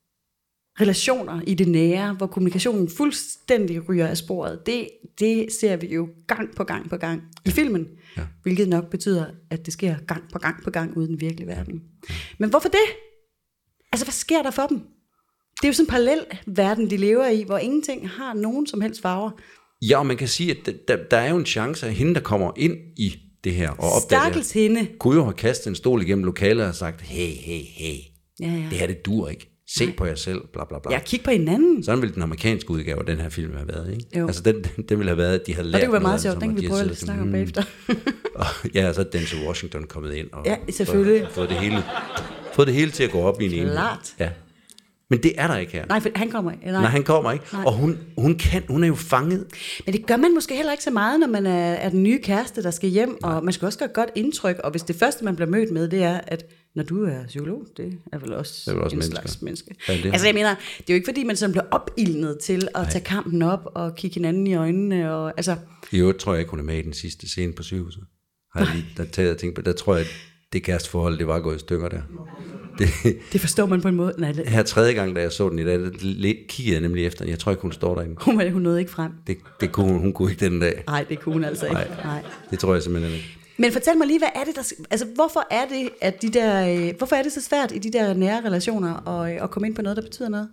relationer i det nære, hvor kommunikationen fuldstændig ryger af sporet, det, det ser vi jo gang på gang på gang i ja. filmen. Ja. Hvilket nok betyder, at det sker gang på gang på gang ude i den virkelige verden. Ja. Men hvorfor det? Altså, hvad sker der for dem? Det er jo sådan en parallel verden, de lever i, hvor ingenting har nogen som helst farver. Ja, og man kan sige, at der, der er jo en chance, at hende, der kommer ind i det her, og opdager Stakkels hende. kunne jo have kastet en stol igennem lokalet og sagt, hey, hey, hey, ja, ja. det her, det dur ikke. Se Nej. på jer selv, bla bla bla. Ja, kig på hinanden. Sådan ville den amerikanske udgave af den her film have været, ikke? Jo. Altså, den, den ville have været, at de havde lært. Og det kunne være meget sjovt, den kan vi prøve at snakke om bagefter. og, ja, og så er Denzel Washington kommet ind og ja, selvfølgelig. fået det hele, fået det hele til at gå op i en enhed. Klart. Ja. Men det er der ikke her. Nej, for han kommer ikke. Nej, nej han kommer ikke. Nej. Og hun, hun, kan, hun er jo fanget. Men det gør man måske heller ikke så meget, når man er, er den nye kæreste, der skal hjem. Nej. Og man skal også gøre et godt indtryk. Og hvis det første, man bliver mødt med, det er, at når du er psykolog, det er vel også, er vel også en mennesker. slags menneske. Ja, altså jeg mener, det er jo ikke fordi, man sådan bliver opildnet til at Nej. tage kampen op og kigge hinanden i øjnene. Og, altså. I øvrigt tror jeg ikke, hun er med i den sidste scene på sygehuset. Har jeg lige der taget og tænkt på. Der tror jeg, at det kæresteforhold, det var gået i stykker der. Det, det forstår man på en måde. Nej, det... Her tredje gang, da jeg så den i dag, kiggede jeg nemlig efter den. Jeg tror ikke, hun står derinde. Hun, var, hun nåede ikke frem. Det, det kunne hun, hun kunne ikke den dag. Nej, det kunne hun altså ikke. Nej, Nej. Det tror jeg simpelthen ikke. Men fortæl mig lige, hvad er det, der... Altså, hvorfor er det, at de der... Hvorfor er det så svært i de der nære relationer at, at komme ind på noget, der betyder noget?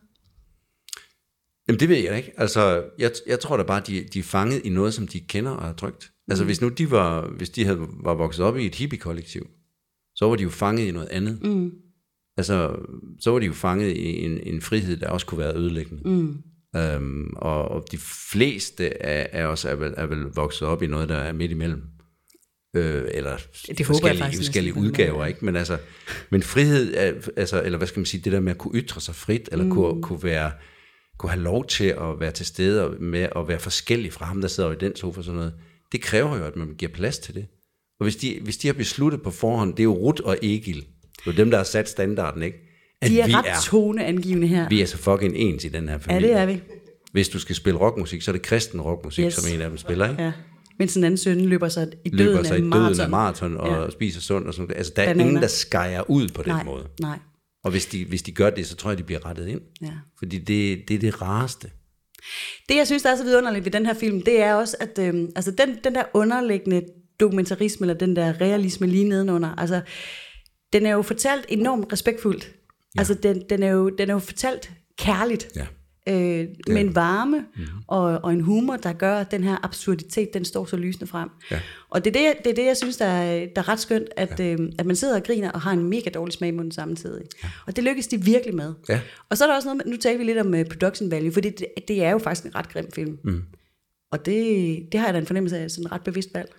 Jamen, det ved jeg ikke. Altså, jeg, jeg tror da bare, de, de er fanget i noget, som de kender og har trygt. Altså, mm. hvis nu de var... Hvis de havde, var vokset op i et hippie-kollektiv, så var de jo fanget i noget andet. Mm. Altså, så var de jo fanget i en, en frihed, der også kunne være ødelæggende. Mm. Øhm, og, og de fleste af, af os er vel, er vel vokset op i noget, der er midt imellem. Øh, eller det forskellige, forskellige udgaver, ikke? Men altså, men frihed, er, altså, eller hvad skal man sige, det der med at kunne ytre sig frit, eller mm. kunne, kunne, være, kunne have lov til at være til stede, og med at være forskellig fra ham, der sidder i den sofa og sådan noget, det kræver jo, at man giver plads til det. Og hvis de, hvis de har besluttet på forhånd, det er jo Ruth og Egil, det er dem, der har sat standarden, ikke? At de er vi ret er, toneangivende her. Vi er så fucking ens i den her familie. Ja, det er vi. Hvis du skal spille rockmusik, så er det kristen rockmusik, yes. som en af dem spiller, ikke? Ja. Mens en anden søn løber sig i døden, løber sig af, i maraton. døden af maraton og ja. spiser sundt og sådan noget. Altså, der er Bananer. ingen, der skærer ud på den nej, måde. Nej. Og hvis de, hvis de gør det, så tror jeg, de bliver rettet ind. Ja. Fordi det, det er det rareste. Det, jeg synes, der er så vidunderligt ved den her film, det er også, at øhm, altså den, den der underliggende dokumentarisme, eller den der realisme lige nedenunder, altså, den er jo fortalt enormt respektfuldt. Ja. Altså, den, den, er jo, den er jo fortalt kærligt. Ja. Øh, med en varme mm-hmm. og, og en humor, der gør, at den her absurditet, den står så lysende frem. Ja. Og det er det, det er det, jeg synes, der er, der er ret skønt, at, ja. øh, at man sidder og griner og har en mega dårlig smag i munden samtidig. Ja. Og det lykkes de virkelig med. Ja. Og så er der også noget, nu taler vi lidt om uh, production value, fordi det, det er jo faktisk en ret grim film. Mm. Og det, det har jeg da en fornemmelse af sådan en ret bevidst valg.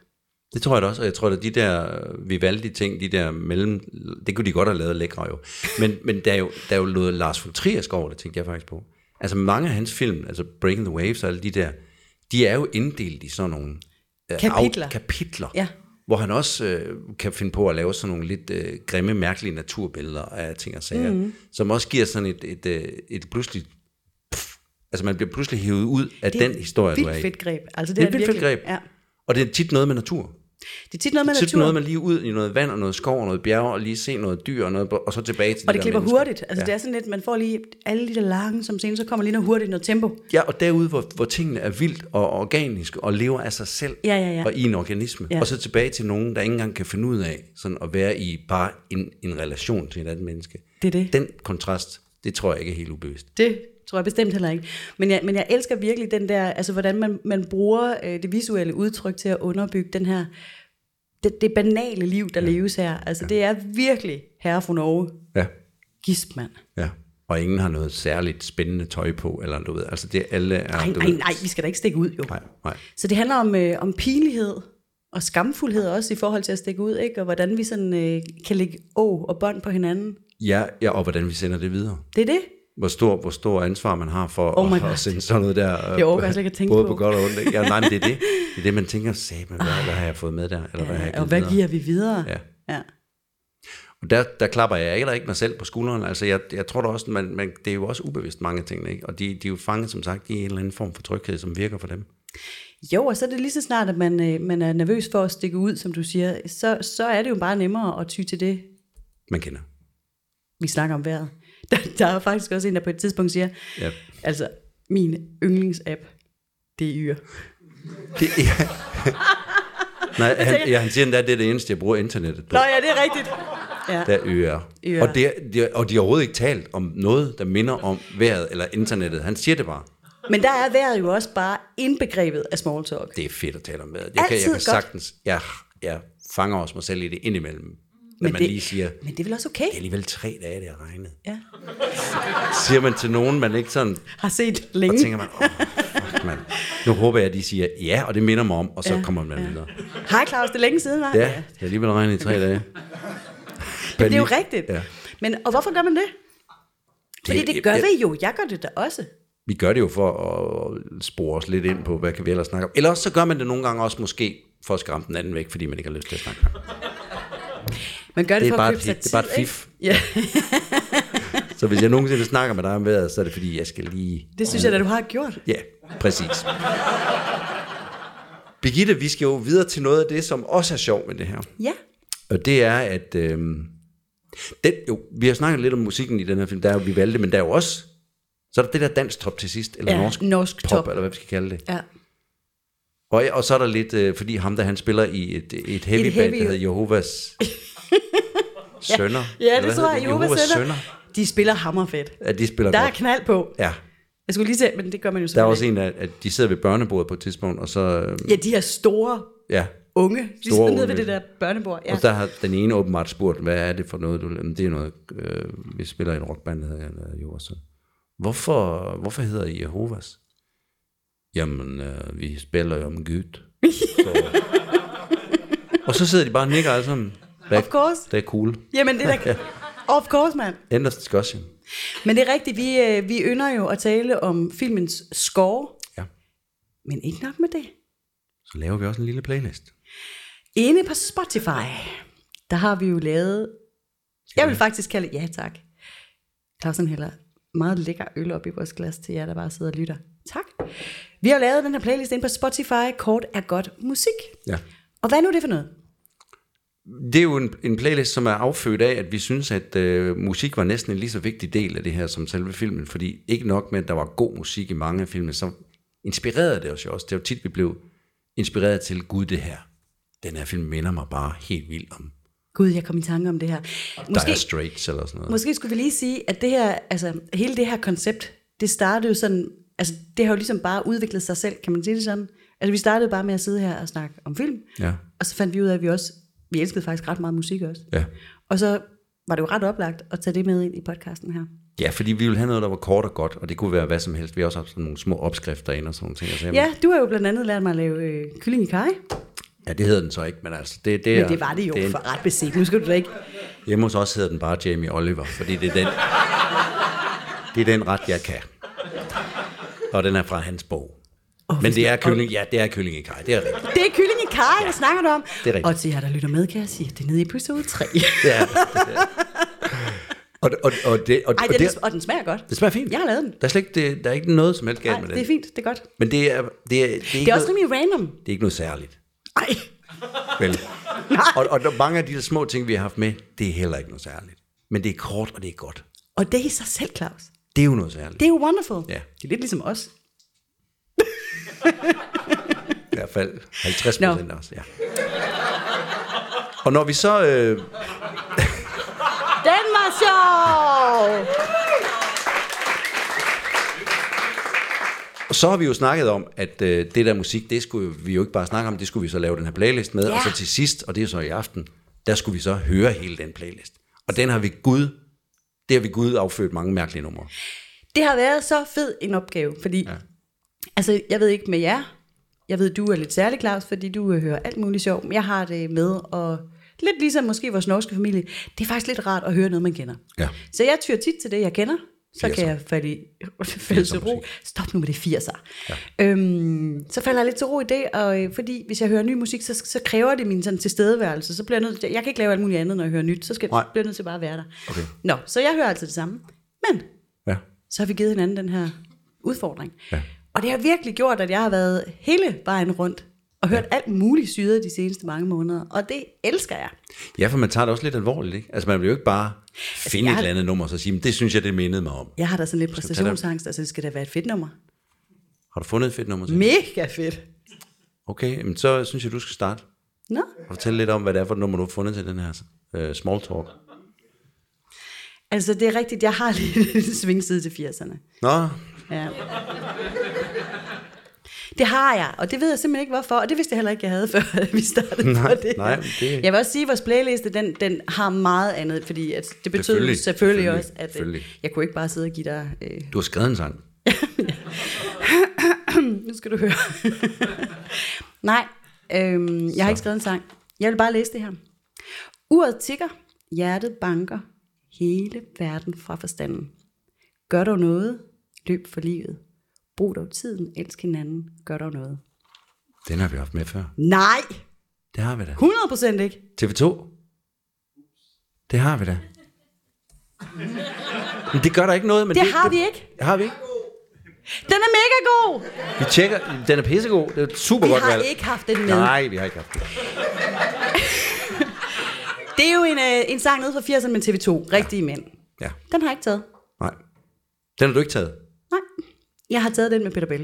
Det tror jeg da også, og jeg tror, at de der Vivaldi ting, de der mellem, det kunne de godt have lavet lækre jo. Men, men der er jo, der er jo noget Lars von Triersk over det, tænkte jeg faktisk på. Altså mange af hans film, altså Breaking the Waves og alle de der, de er jo inddelt i sådan nogle kapitler, af, kapitler ja. Hvor han også øh, kan finde på at lave sådan nogle lidt øh, grimme, mærkelige naturbilleder af ting og sager, mm. som også giver sådan et, et, et, et pludselig, pff, altså man bliver pludselig hævet ud af den historie, du er i. Det er et fedt greb. Altså, det, det er er et vildt fedt greb. Ja. Og det er tit noget med natur. Det er tit noget med det er tit natur. noget med lige ud i noget vand og noget skov og noget bjerg, og lige se noget dyr og, noget, og så tilbage til og de det klipper mennesker. hurtigt. Altså ja. Det er sådan lidt, man får lige alle de der lange som scene, så kommer lige noget hurtigt, noget tempo. Ja, og derude, hvor, hvor tingene er vildt og organisk og lever af sig selv ja, ja, ja. og i en organisme. Ja. Og så tilbage til nogen, der ikke engang kan finde ud af sådan at være i bare en, en relation til et andet menneske. Det er det. Den kontrast, det tror jeg ikke er helt ubevidst. Det tror jeg bestemt heller ikke. Men jeg, men jeg elsker virkelig den der, altså hvordan man, man bruger øh, det visuelle udtryk til at underbygge den her, det, det banale liv, der ja. leves her. Altså ja. Det er virkelig Herre von Norge. Ja. Gispmand. Ja. Og ingen har noget særligt spændende tøj på, eller du ved. Altså det alle er... Nej, nej, nej, vi skal da ikke stikke ud, jo. Nej, nej. Så det handler om, øh, om pinlighed og skamfuldhed også i forhold til at stikke ud, ikke? Og hvordan vi sådan øh, kan lægge å og bånd på hinanden. Ja, ja, og hvordan vi sender det videre. Det er det. Hvor stor, hvor stor ansvar man har for oh at, at sende sådan noget der. Det overgår jeg slet ikke at tænke både på. på godt og ondt. Ja, nej, men det er det. Det er det, man tænker, sagde, men hvad, hvad har jeg fået med der? Eller ja, hvad har jeg og hvad videre? giver vi videre? Ja. Ja. Og der, der klapper jeg heller ikke mig selv på skulderen. Altså, jeg, jeg tror da også, man, man, det er jo også ubevidst mange ting, ikke? Og de, de er jo fanget, som sagt, i en eller anden form for tryghed, som virker for dem. Jo, og så er det lige så snart, at man, man er nervøs for at stikke ud, som du siger, så, så er det jo bare nemmere at ty til det, man kender. Vi snakker om vejret. Der, der er faktisk også en, der på et tidspunkt siger, ja. altså, min yndlingsapp, det er Yr. Det er... Nej, han, ja, han siger endda, det er det eneste, jeg bruger internettet på. Nå ja, det er rigtigt. Ja. Der er Yr. Yr. Og, det, de, og de har overhovedet ikke talt om noget, der minder om vejret eller internettet. Han siger det bare. Men der er vejret jo også bare indbegrebet af small talk. Det er fedt at tale om vejret. Jeg kan, jeg kan sagtens, jeg, jeg fanger også mig selv i det indimellem. Når man det, lige siger, men det er vel også okay? Det er alligevel tre dage, det har regnet. Ja. Siger man til nogen, man ikke sådan... Har set længe. Og tænker man, åh, fuck man. Nu håber jeg, at de siger ja, og det minder mig om, og så ja, kommer man ja. videre. Hej Claus, det er længe siden, var? Ja, det har alligevel regnet i tre dage. Men det er jo rigtigt. Ja. Men, og hvorfor gør man det? Fordi det, det gør jeg, vi jo. Jeg gør det da også. Vi gør det jo for at spore os lidt ind på, hvad kan vi ellers snakke om. Eller også så gør man det nogle gange også måske for at skræmme den anden væk, fordi man ikke har lyst til at snakke om. Man gør det, det for bare at købe sig tid, det er bare et fif. Ja. Så hvis jeg nogensinde snakker med dig om vejret, så er det fordi, jeg skal lige... Det synes jeg da, du har gjort. Ja, præcis. Birgitte, vi skal jo videre til noget af det, som også er sjovt med det her. Ja. Og det er, at... Øh, den, jo, vi har snakket lidt om musikken i den her film, der er jo Vivaldi, men der er jo også... Så er der det der dansk top til sidst, eller ja, norsk, norsk top, top, eller hvad vi skal kalde det. Ja. Og, og så er der lidt, øh, fordi ham der, han spiller i et, et heavy et band, heavy... der hedder Jehovas Sønner. Ja, det tror jeg, Jehovas Sønner. De spiller hammerfedt. Ja, de spiller der godt. er knald på. Ja. Jeg skulle lige se, men det gør man jo selvfølgelig. Der er også en, af, at de sidder ved børnebordet på et tidspunkt, og så... Øh, ja, de her store... Ja. Unge, de sidder nede ved det der børnebord. Ja. Og der har den ene åbenbart spurgt, hvad er det for noget, du... Jamen, det er noget, øh, vi spiller i en rockband, der hedder Jehovas Søn. Hvorfor, hvorfor hedder I Jehovas? Jamen, øh, vi spiller jo om Gud. Så. Og så sidder de bare og nikker alle sammen. Of course. Det er cool. Jamen, det er da... Of course, man. End of discussion. Men det er rigtigt, vi, øh, vi ynder jo at tale om filmens score. Ja. Men ikke nok med det. Så laver vi også en lille playlist. Inde på Spotify, der har vi jo lavet, jeg vil faktisk kalde, ja tak, Clausen hælder meget lækker øl op i vores glas til jer, der bare sidder og lytter. Tak. Vi har lavet den her playlist inde på Spotify, kort er godt musik. Ja. Og hvad er nu det for noget? Det er jo en, en playlist, som er affødt af, at vi synes, at øh, musik var næsten en lige så vigtig del af det her som selve filmen, fordi ikke nok med, at der var god musik i mange af filmene, så inspirerede det os jo også. Det var tit, vi blev inspireret til, gud det her. Den her film minder mig bare helt vildt om. Gud, jeg kom i tanke om det her. Måske, der er Straits eller sådan noget. Måske skulle vi lige sige, at det her, altså hele det her koncept, det startede jo sådan, altså det har jo ligesom bare udviklet sig selv, kan man sige det sådan? Altså vi startede bare med at sidde her og snakke om film, ja. Og så fandt vi ud af, at vi også, vi elskede faktisk ret meget musik også. Ja. Og så var det jo ret oplagt at tage det med ind i podcasten her. Ja, fordi vi ville have noget, der var kort og godt, og det kunne være hvad som helst. Vi har også haft sådan nogle små opskrifter ind og sådan nogle ting. Ja, du har jo blandt andet lært mig at lave øh, kylling i karry. Ja, det hedder den så ikke, men altså... Det, det er, Men det var det jo det en, for ret beset. Nu skal du da ikke... Hjemme hos os hedder den bare Jamie Oliver, fordi det er den, det er den ret, jeg kan. Og den er fra hans bog. Oh, men det er kylling, ja, det er kylling i kaj, det er rigtigt. Det er kylling i kaj, jeg snakker du om. Det er rigtigt. Og til jer, der lytter med, kan jeg sige, at det er nede i episode tre. Ja, det er. Og, og, og, det, og, Ej, og, den, det, og den smager godt. Det smager fint. Jeg har lavet den. Der er slet ikke, det, der er ikke noget som helst galt Nej, med det den. er fint, det er godt. Men det er, det er, det er, det er, Det ikke er også noget, rimelig random. det er ikke noget særligt. Ej. Vel. Og, og der, mange af de der små ting, vi har haft med, det er heller ikke noget særligt. Men det er kort, og det er godt. Og det er i sig selv, Claus. Det er jo noget særligt. Det er jo wonderful. Ja. Det er lidt ligesom os. I hvert fald halvtreds procent no. også, ja. Og når vi så... Øh... Den var sjov! Og så har vi jo snakket om, at øh, det der musik, det skulle vi jo ikke bare snakke om, det skulle vi så lave den her playlist med. Ja. Og så til sidst, og det er så i aften, der skulle vi så høre hele den playlist. Og den har vi Gud, det har vi Gud affødt mange mærkelige numre. Det har været så fed en opgave, fordi... Ja. Altså, jeg ved ikke med jer. Jeg ved, du er lidt særlig, Claus, fordi du øh, hører alt muligt sjovt. Jeg har det med, og lidt ligesom måske vores norske familie, det er faktisk lidt rart at høre noget, man kender. Ja. Så jeg tyr tit til det, jeg kender. Så firser. kan jeg falde, i, falde til ro. Stop nu med det firser. Ja. Øhm, så falder jeg lidt til ro i det, og øh, fordi hvis jeg hører ny musik, så, så kræver det min sådan, tilstedeværelse. Så bliver jeg, nødt, jeg kan ikke lave alt muligt andet, når jeg hører nyt. Så skal, bliver jeg nødt til bare at være der. Okay. Nå, så jeg hører altid det samme. Men ja. så har vi givet hinanden den her udfordring. Ja. Og det har virkelig gjort, at jeg har været hele vejen rundt og hørt ja. alt muligt syret de seneste mange måneder. Og det elsker jeg. Ja, for man tager det også lidt alvorligt, ikke? Altså man vil jo ikke bare finde altså, et eller andet nummer og så sige, men det synes jeg, det mindede mig om. Jeg har da sådan lidt præstationsangst, altså det skal da være et fedt nummer. Har du fundet et fedt nummer til? Mega fedt. Okay, men så synes jeg, du skal starte. Nå. Og fortælle lidt om, hvad det er for et nummer, du har fundet til den her uh, small talk. Altså det er rigtigt, jeg har lidt en svingside til firserne. Nå. Ja. Det har jeg, og det ved jeg simpelthen ikke hvorfor, og det vidste jeg heller ikke, jeg havde, før vi startede nej, på det. Nej, det. Jeg vil også sige, at vores playliste, den, den har meget andet, fordi at det betyder selvfølgelig, selvfølgelig, selvfølgelig også, at selvfølgelig. jeg kunne ikke bare sidde og give dig... Øh... Du har skrevet en sang. Nu skal du høre. Nej, øhm, jeg har ikke skrevet en sang. Jeg vil bare læse det her. Uret tikker, hjertet banker, hele verden fra forstanden. Gør dog noget, løb for livet. Brug dog tiden, elsk hinanden, gør dog noget. Den har vi haft med før. Nej! Det har vi da. hundrede procent ikke. T V to? Det har vi da. Men det gør der ikke noget. Men det, det har det, vi ikke. Det har vi ikke. Den er mega god! Vi tjekker, den er pissegod. Det er et super vi godt valg. Vi har ikke haft den med. Nej, vi har ikke haft den. Det er jo en, øh, en sang nede fra firserne med T V to. Rigtige ja. mænd. Ja. Den har jeg ikke taget. Nej. Den har du ikke taget? Nej. Jeg har taget den med Peter Belli.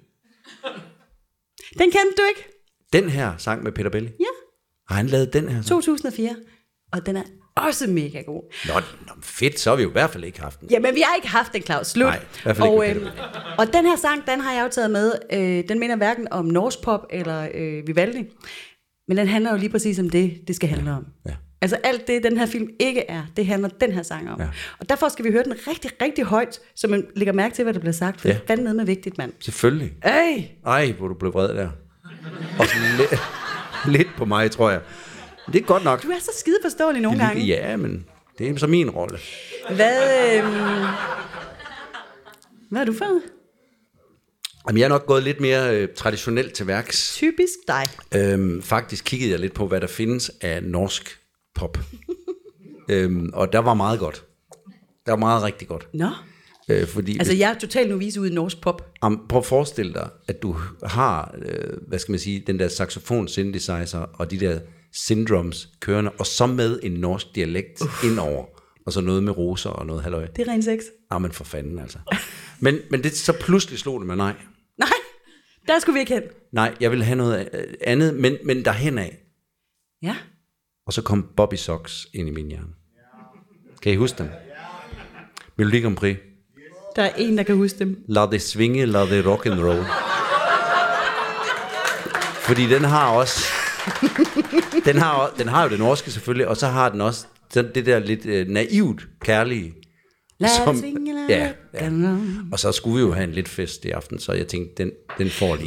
Den kendte du ikke? Den her sang med Peter Belli? Ja. Har han lavet den her sang? to tusind og fire. Og den er også mega god. Nå, nå fedt, så har vi jo i hvert fald ikke haft den. Jamen, vi har ikke haft den, Claus. Slut. Nej, i hvert fald og, ikke øh, og den her sang, den har jeg jo taget med. Øh, den minder hverken om norsk pop eller øh, Vivaldi. Men den handler jo lige præcis om det, det skal handle om. Ja. Altså alt det, den her film ikke er, det handler den her sang om. Ja. Og derfor skal vi høre den rigtig, rigtig højt, så man lægger mærke til, hvad der bliver sagt. For ja. det er fandme med vigtigt, mand. Selvfølgelig. Ej! Ej, hvor du blev vred der. Og lidt, lidt på mig, tror jeg. Men det er godt nok. Du er så skide forståelig nogle gange. Ja, men det er så min rolle. Hvad, øh... Hvad har du fået? Jamen, jeg er nok gået lidt mere øh, traditionelt til værks. Typisk dig. Øhm, faktisk kiggede jeg lidt på, hvad der findes af norsk pop. øhm, og der var meget godt. Der var meget rigtig godt. Nå. Øh, fordi altså, hvis, jeg er totalt novice ude i norsk pop. Om, prøv at forestille dig, at du har, øh, hvad skal man sige, den der saxofon synthesizer og de der syndromes kørende, og så med en norsk dialekt Uff. indover. Og så noget med roser og noget halløj. Det er ren sex. Ah, men for fanden altså. Men, men det, så pludselig slog det mig, nej. Nej, der skulle vi ikke hen. Nej, jeg ville have noget andet, men, men derhen af. Ja. Og så kom Bobby Sox ind i min hjerne. Kan I huske dem? Melodi Grand Prix. Der er en, der kan huske dem. Lad det svinge, lad det rock and roll. Fordi den har også... den, har, den har jo det norske selvfølgelig, og så har den også det der lidt øh, naivt kærlige. Lad som, det svinge, lad ja, ja. Og så skulle vi jo have en lidt fest i aften, så jeg tænkte, den, den får lige...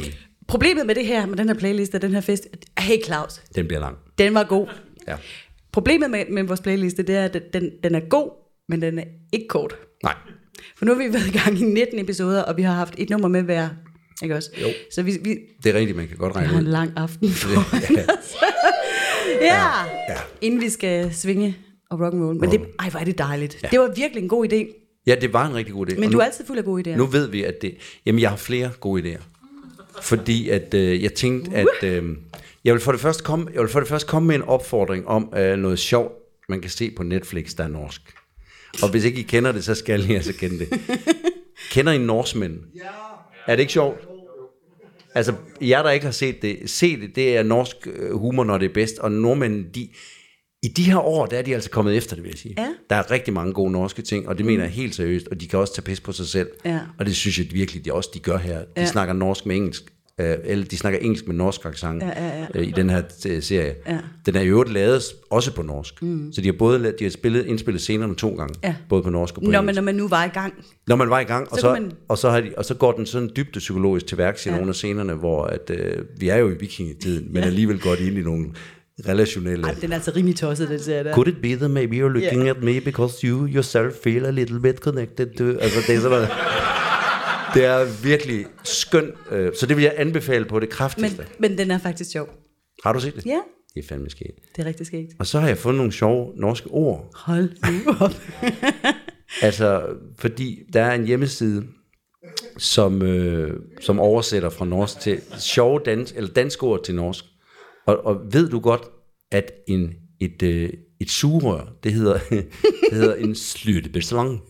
Problemet med det her, med den her playliste og den her fest, hey Claus, Den bliver lang. den var god. Ja. Problemet med, med vores playliste, det er, at den, den er god, men den er ikke kort. Nej. For nu har vi været i gang i nitten episoder, og vi har haft et nummer med hver, ikke også? Jo. Så vi, vi Det er rigtigt, man kan godt vi regne har en ud. lang aften for Ja. os. ja. Ja. Inden vi skal svinge og rock'n'roll. Men det, ej, hvor er det dejligt. Ja. Det var virkelig en god idé. Ja, det var en rigtig god idé. Men Og du nu, er altid fuld af gode idéer. nu ved vi, at det... Jamen, jeg har flere gode idéer. Fordi at øh, jeg tænkte, at... Øh, jeg, vil for det første komme, jeg vil for det første komme med en opfordring om øh, noget sjovt, man kan se på Netflix, der er norsk. Og hvis ikke I kender det, så skal I altså kende det. Kender I Norsemen? Ja. Er det ikke sjovt? Altså, jer der ikke har set det, se det, det er norsk humor, når det er bedst. Og nordmændene, de, i de her år, der er de altså kommet efter det, vil jeg sige. Ja. Der er rigtig mange gode norske ting, og det mener jeg helt seriøst, og de kan også tage pis på sig selv. Ja. Og det synes jeg virkelig, de også de gør her. De Ja. snakker norsk med engelsk, øh, eller de snakker engelsk med norsk accent Ja, ja, ja. øh, i den her øh, serie. Ja. Den er i øvrigt lavet også på norsk. Mm. Så de har både lavet, de har spillet, indspillet scenerne to gange, Ja. både på norsk og på Når engelsk. man, når man nu var i gang. Når man var i gang, og Så så, kunne man- og, så har de, og så går den sådan dybde psykologisk til værks i Ja. nogle af scenerne, hvor at, øh, vi er jo i vikingetiden, men alligevel går de ind i nogle relationelle... Ej, den er altså rimelig tosset, den serie der. Could it be that maybe you're looking Yeah. at me because you yourself feel a little bit connected to... Altså, det er sådan noget... Det er virkelig skønt, øh, så det vil jeg anbefale på det kraftigste. Men, men den er faktisk sjov. Har du set det? Ja, Det er fandme skægt. det er rigtig skægt. Og så har jeg fundet nogle sjove norske ord. Hold nu op. Altså, fordi der er en hjemmeside, som, øh, som oversætter fra norsk til sjove dans, eller danske ord til norsk. Og, og ved du godt, at en, et, øh, et sugerør, det hedder, det hedder en sluttebeslag.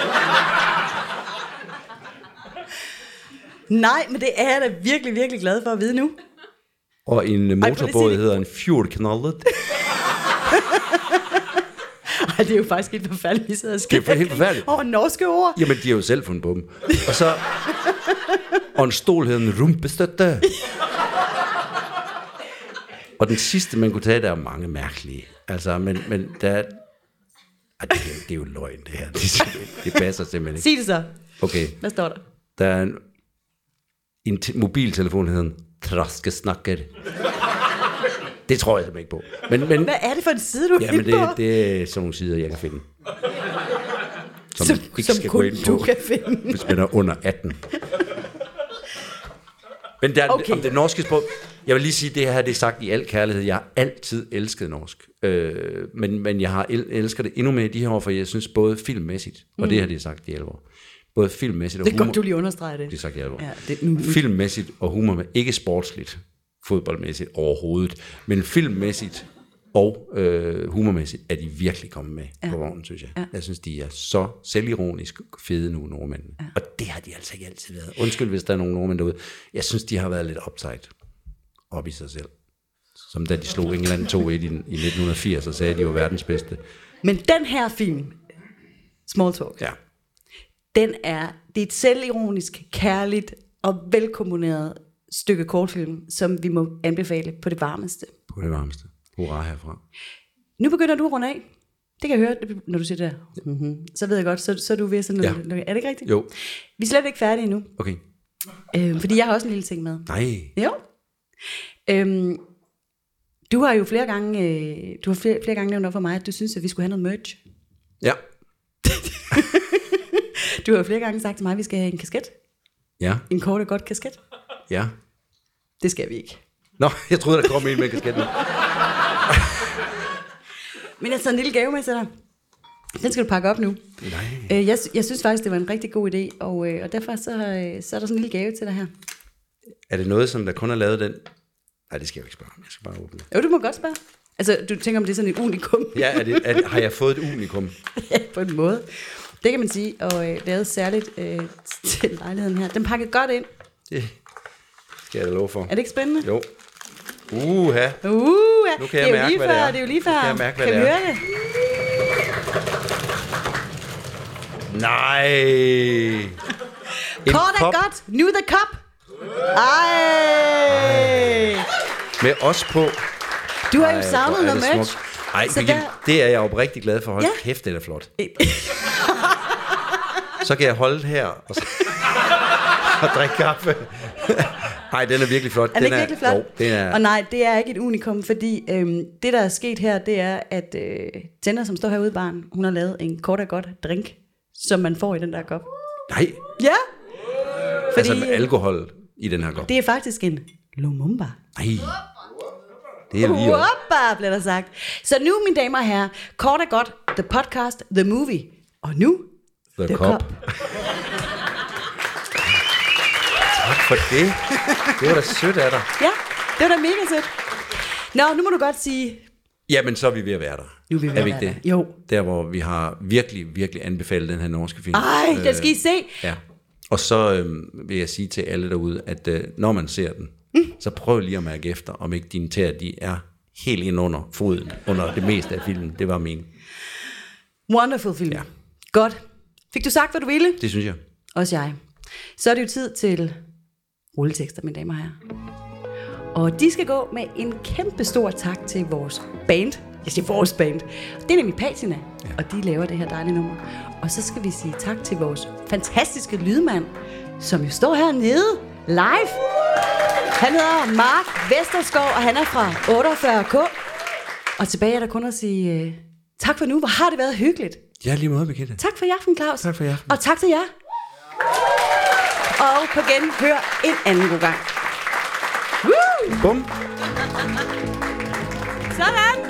Nej, men det er jeg da virkelig, virkelig glad for at vide nu. Og en lige motorbåd sige det. hedder en fjordknallet. Ej, det er jo faktisk helt forfærdeligt, vi sidder og Det er helt forfærdeligt. over norske ord. Jamen, de har jo selv fundet på dem. Og så... Og en stol hedder en rumpestøtte. Og den sidste, man kunne tage, der er mange mærkelige. Altså, men, men der er... Ej, det, er, det er jo løgn, det her. Det, det passer simpelthen ikke. Sig det så. Okay, Hvad står der? der er en, en t- mobiltelefon, der hedder en traskesnakker. Det tror jeg simpelthen ikke på. Men, men, Hvad er det for en side, du er jamen, inde på? det, det er sådan nogle sider, jeg kan finde. Som, Som, man ikke som skal gå kun ind du på, kan finde. hvis man er under atten. Men der, Okay. okay. om det norske sprog, jeg vil lige sige, det her det er sagt i al kærlighed. Jeg har altid elsket norsk. Øh, men, men jeg har el- elsker det endnu mere i de her år, for jeg synes både filmmæssigt, og det har de sagt i alvor, både filmmæssigt og Det er humor, godt, du lige understreger det. det er sagt i alvor. Ja, det, nu, Filmmæssigt og humor, ikke sportsligt, fodboldmæssigt overhovedet, men filmmæssigt og øh, humormæssigt er de virkelig kommet med ja. på vognen, synes jeg. Ja. Jeg synes, de er så selvironisk fede nu, nordmændene. Ja. Og det har de altså ikke altid været. Undskyld, hvis der er nogle nordmænd derude. Jeg synes, de har været lidt uptight op i sig selv. Som da de slog England to et i, i nitten firs, og sagde, at de var verdens bedste. Men den her film, Small Talk, Ja. den er, det er et selvironisk, kærligt og velkomponeret stykke kortfilm, som vi må anbefale på det varmeste. På det varmeste. Hurra herfra. Nu begynder du at runde af. Det kan jeg høre, når du siger det der. Mm-hmm. Så ved jeg godt, så, så er du ved sådan noget. Ja. Er det ikke rigtigt? Jo. Vi er slet ikke færdige endnu. Okay. Øh, fordi jeg har også en lille ting med. Nej. Jo. Øhm, du har jo flere gange, øh, du har flere, flere gange nævnt over for mig, at du synes, at vi skulle have noget merch. Ja. Du har jo flere gange sagt til mig, at vi skal have en kasket. Ja. En kort og godt kasket. Ja. Det skal vi ikke. Nå, jeg troede, der kom en med kasketten. Men altså en lille gave med til dig. Den skal du pakke op nu. Nej. Øh, jeg, jeg synes faktisk, det var en rigtig god idé, og, øh, og derfor så, øh, så er der sådan en lille gave til dig her. Er det noget, som der kun har lavet den? Nej, det skal jeg jo ikke spørge om. Jeg skal bare åbne det. Jo, du må godt spørge. Altså, du tænker, om det er sådan et unikum? Ja, er det, er det, har jeg fået et unikum? Ja, på en måde. Det kan man sige, og øh, lavet særligt øh, til lejligheden her. Den pakker godt ind. Det skal jeg da love for. Er det ikke spændende? Jo. Uha. Uh, Nu kan jeg det er jo mærke, lige hvad før, det er. det er jo lige Nu kan før. jeg mærke, hvad kan det vi er. høre det? Nej. En Kort er kop godt. Nu the cup. Ej. med os på. Du har jo Ej, savnet hvor er noget det merch. smukt. Ej, Så Birgitte, der- det er jeg oprigtig glad for. Hold Ja. kæft, det er flot. Så kan jeg holde det her og, så, og drikke kaffe. Nej, den er virkelig flot. Er den, den ikke er, virkelig flot? Jo, den er... Og nej, det er ikke et unikum, fordi øhm, det, der er sket her, det er, at øh, Tænder, som står herude i baren, hun har lavet en kort og godt drink, som man får i den der kop. Nej. Ja. Fordi, altså med alkohol i den her kop. Det er faktisk en Lumumba. Nej. Det er lige Lumumba, bliver der sagt. Så nu, mine damer og herrer, kort og godt, the podcast, the movie. Og nu, the, the cup. Tak for det. Det var da sødt af dig. Ja, det var da mega sødt. Nå, nu må du godt sige... Jamen, så er vi ved at være der. Nu er vi ved er vi at ikke være det? Der. Jo. Der, hvor vi har virkelig, virkelig anbefalet den her norske film. Ej, det skal I se. Ja. Og så øhm, vil jeg sige til alle derude, at øh, når man ser den, mm. så prøv lige at mærke efter, om ikke dine tæer, de er helt ind under foden, under det meste af filmen. Det var min. Wonderful film. Ja. Godt. Fik du sagt, hvad du ville? Det synes jeg. Også jeg. Så er det jo tid til rulletekster, mine damer og herrer. Og de skal gå med en kæmpe stor tak til vores band. Jeg siger vores band. Det er nemlig Patina, ja. Og de laver det her dejlige nummer. Og så skal vi sige tak til vores fantastiske lydmand, som jo står hernede live. Han hedder Mark Vesterskov, og han er fra otteogfyrre K. Og tilbage er der kun at sige uh, tak for nu. Hvor har det været hyggeligt. Ja, lige måde, Birgitte. Tak for i aften, Claus. Tak for i aften. Og tak til jer. Og på genhør en anden god gang. Woo! Bum. Sådan.